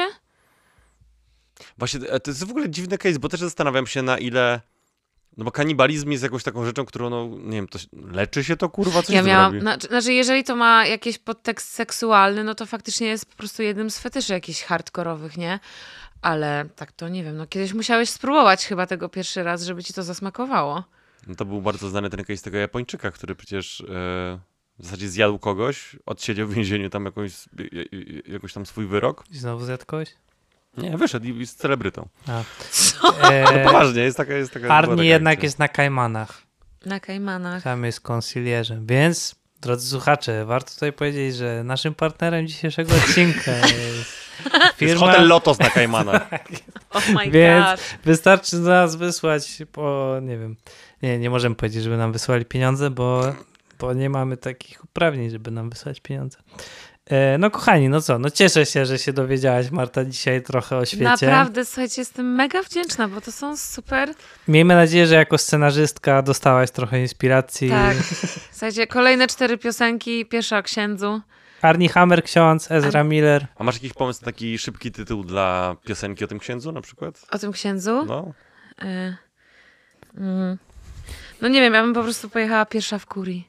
Właśnie e, to jest w ogóle dziwny case, bo też zastanawiam się na ile... No bo kanibalizm jest jakąś taką rzeczą, którą, no nie wiem, to się, leczy się to, kurwa, coś Ja to miałam, robi? na, znaczy jeżeli to ma jakiś podtekst seksualny, no to faktycznie jest po prostu jednym z fetyszy jakichś hardkorowych, nie? Ale tak to nie wiem, no kiedyś musiałeś spróbować chyba tego pierwszy raz, żeby ci to zasmakowało. No to był bardzo znany ten case tego Japończyka, który przecież e, w zasadzie zjadł kogoś, odsiedział w więzieniu tam jakąś, jakoś tam swój wyrok. I znowu zjadł kogoś? Nie, wyszedł i jest celebrytą. A. No E, poważnie, jest taka... Jest taka była taka Armie jednak akcja. jest na Kajmanach. Na Kajmanach. Tam jest konsilierzem, więc drodzy słuchacze, warto tutaj powiedzieć, że naszym partnerem dzisiejszego odcinka jest firma... Jest hotel Lotos na Kajmanach. Oh my Więc god. wystarczy nas wysłać po, nie wiem, nie, nie możemy powiedzieć, żeby nam wysłali pieniądze, bo, bo nie mamy takich uprawnień, żeby nam wysłać pieniądze. E, no kochani, no co, no cieszę się, że się dowiedziałaś, Marta, dzisiaj trochę o świecie. Naprawdę, słuchajcie, jestem mega wdzięczna, bo to są super... Miejmy nadzieję, że jako scenarzystka dostałaś trochę inspiracji. Tak. Słuchajcie, kolejne cztery piosenki, pierwsza o księdzu. Armie Hammer, ksiądz, Ezra Miller. A masz jakiś pomysł na taki szybki tytuł dla piosenki o tym księdzu na przykład? O tym księdzu? No. Y- mm. No nie wiem, ja bym po prostu pojechała pierwsza w kurii.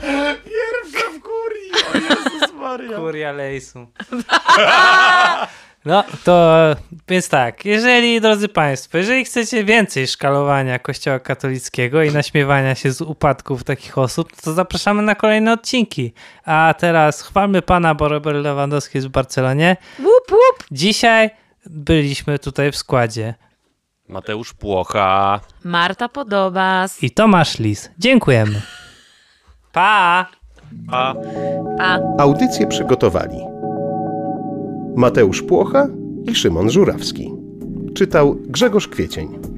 Pierwsza w kurii! O Jezus Maria! Kuria Lejsu. No to, więc tak, jeżeli, drodzy Państwo, jeżeli chcecie więcej szkalowania Kościoła katolickiego i naśmiewania się z upadków takich osób, to zapraszamy na kolejne odcinki. A teraz chwalmy Pana, bo Robert Lewandowski jest w Barcelonie. Łup, łup. Dzisiaj byliśmy tutaj w składzie Mateusz Płocha. Marta Podobas. i Tomasz Lis. Dziękujemy. Pa! Pa. Pa. Audycję przygotowali Mateusz Płocha i Szymon Żurawski. Czytał Grzegorz Kwiecień.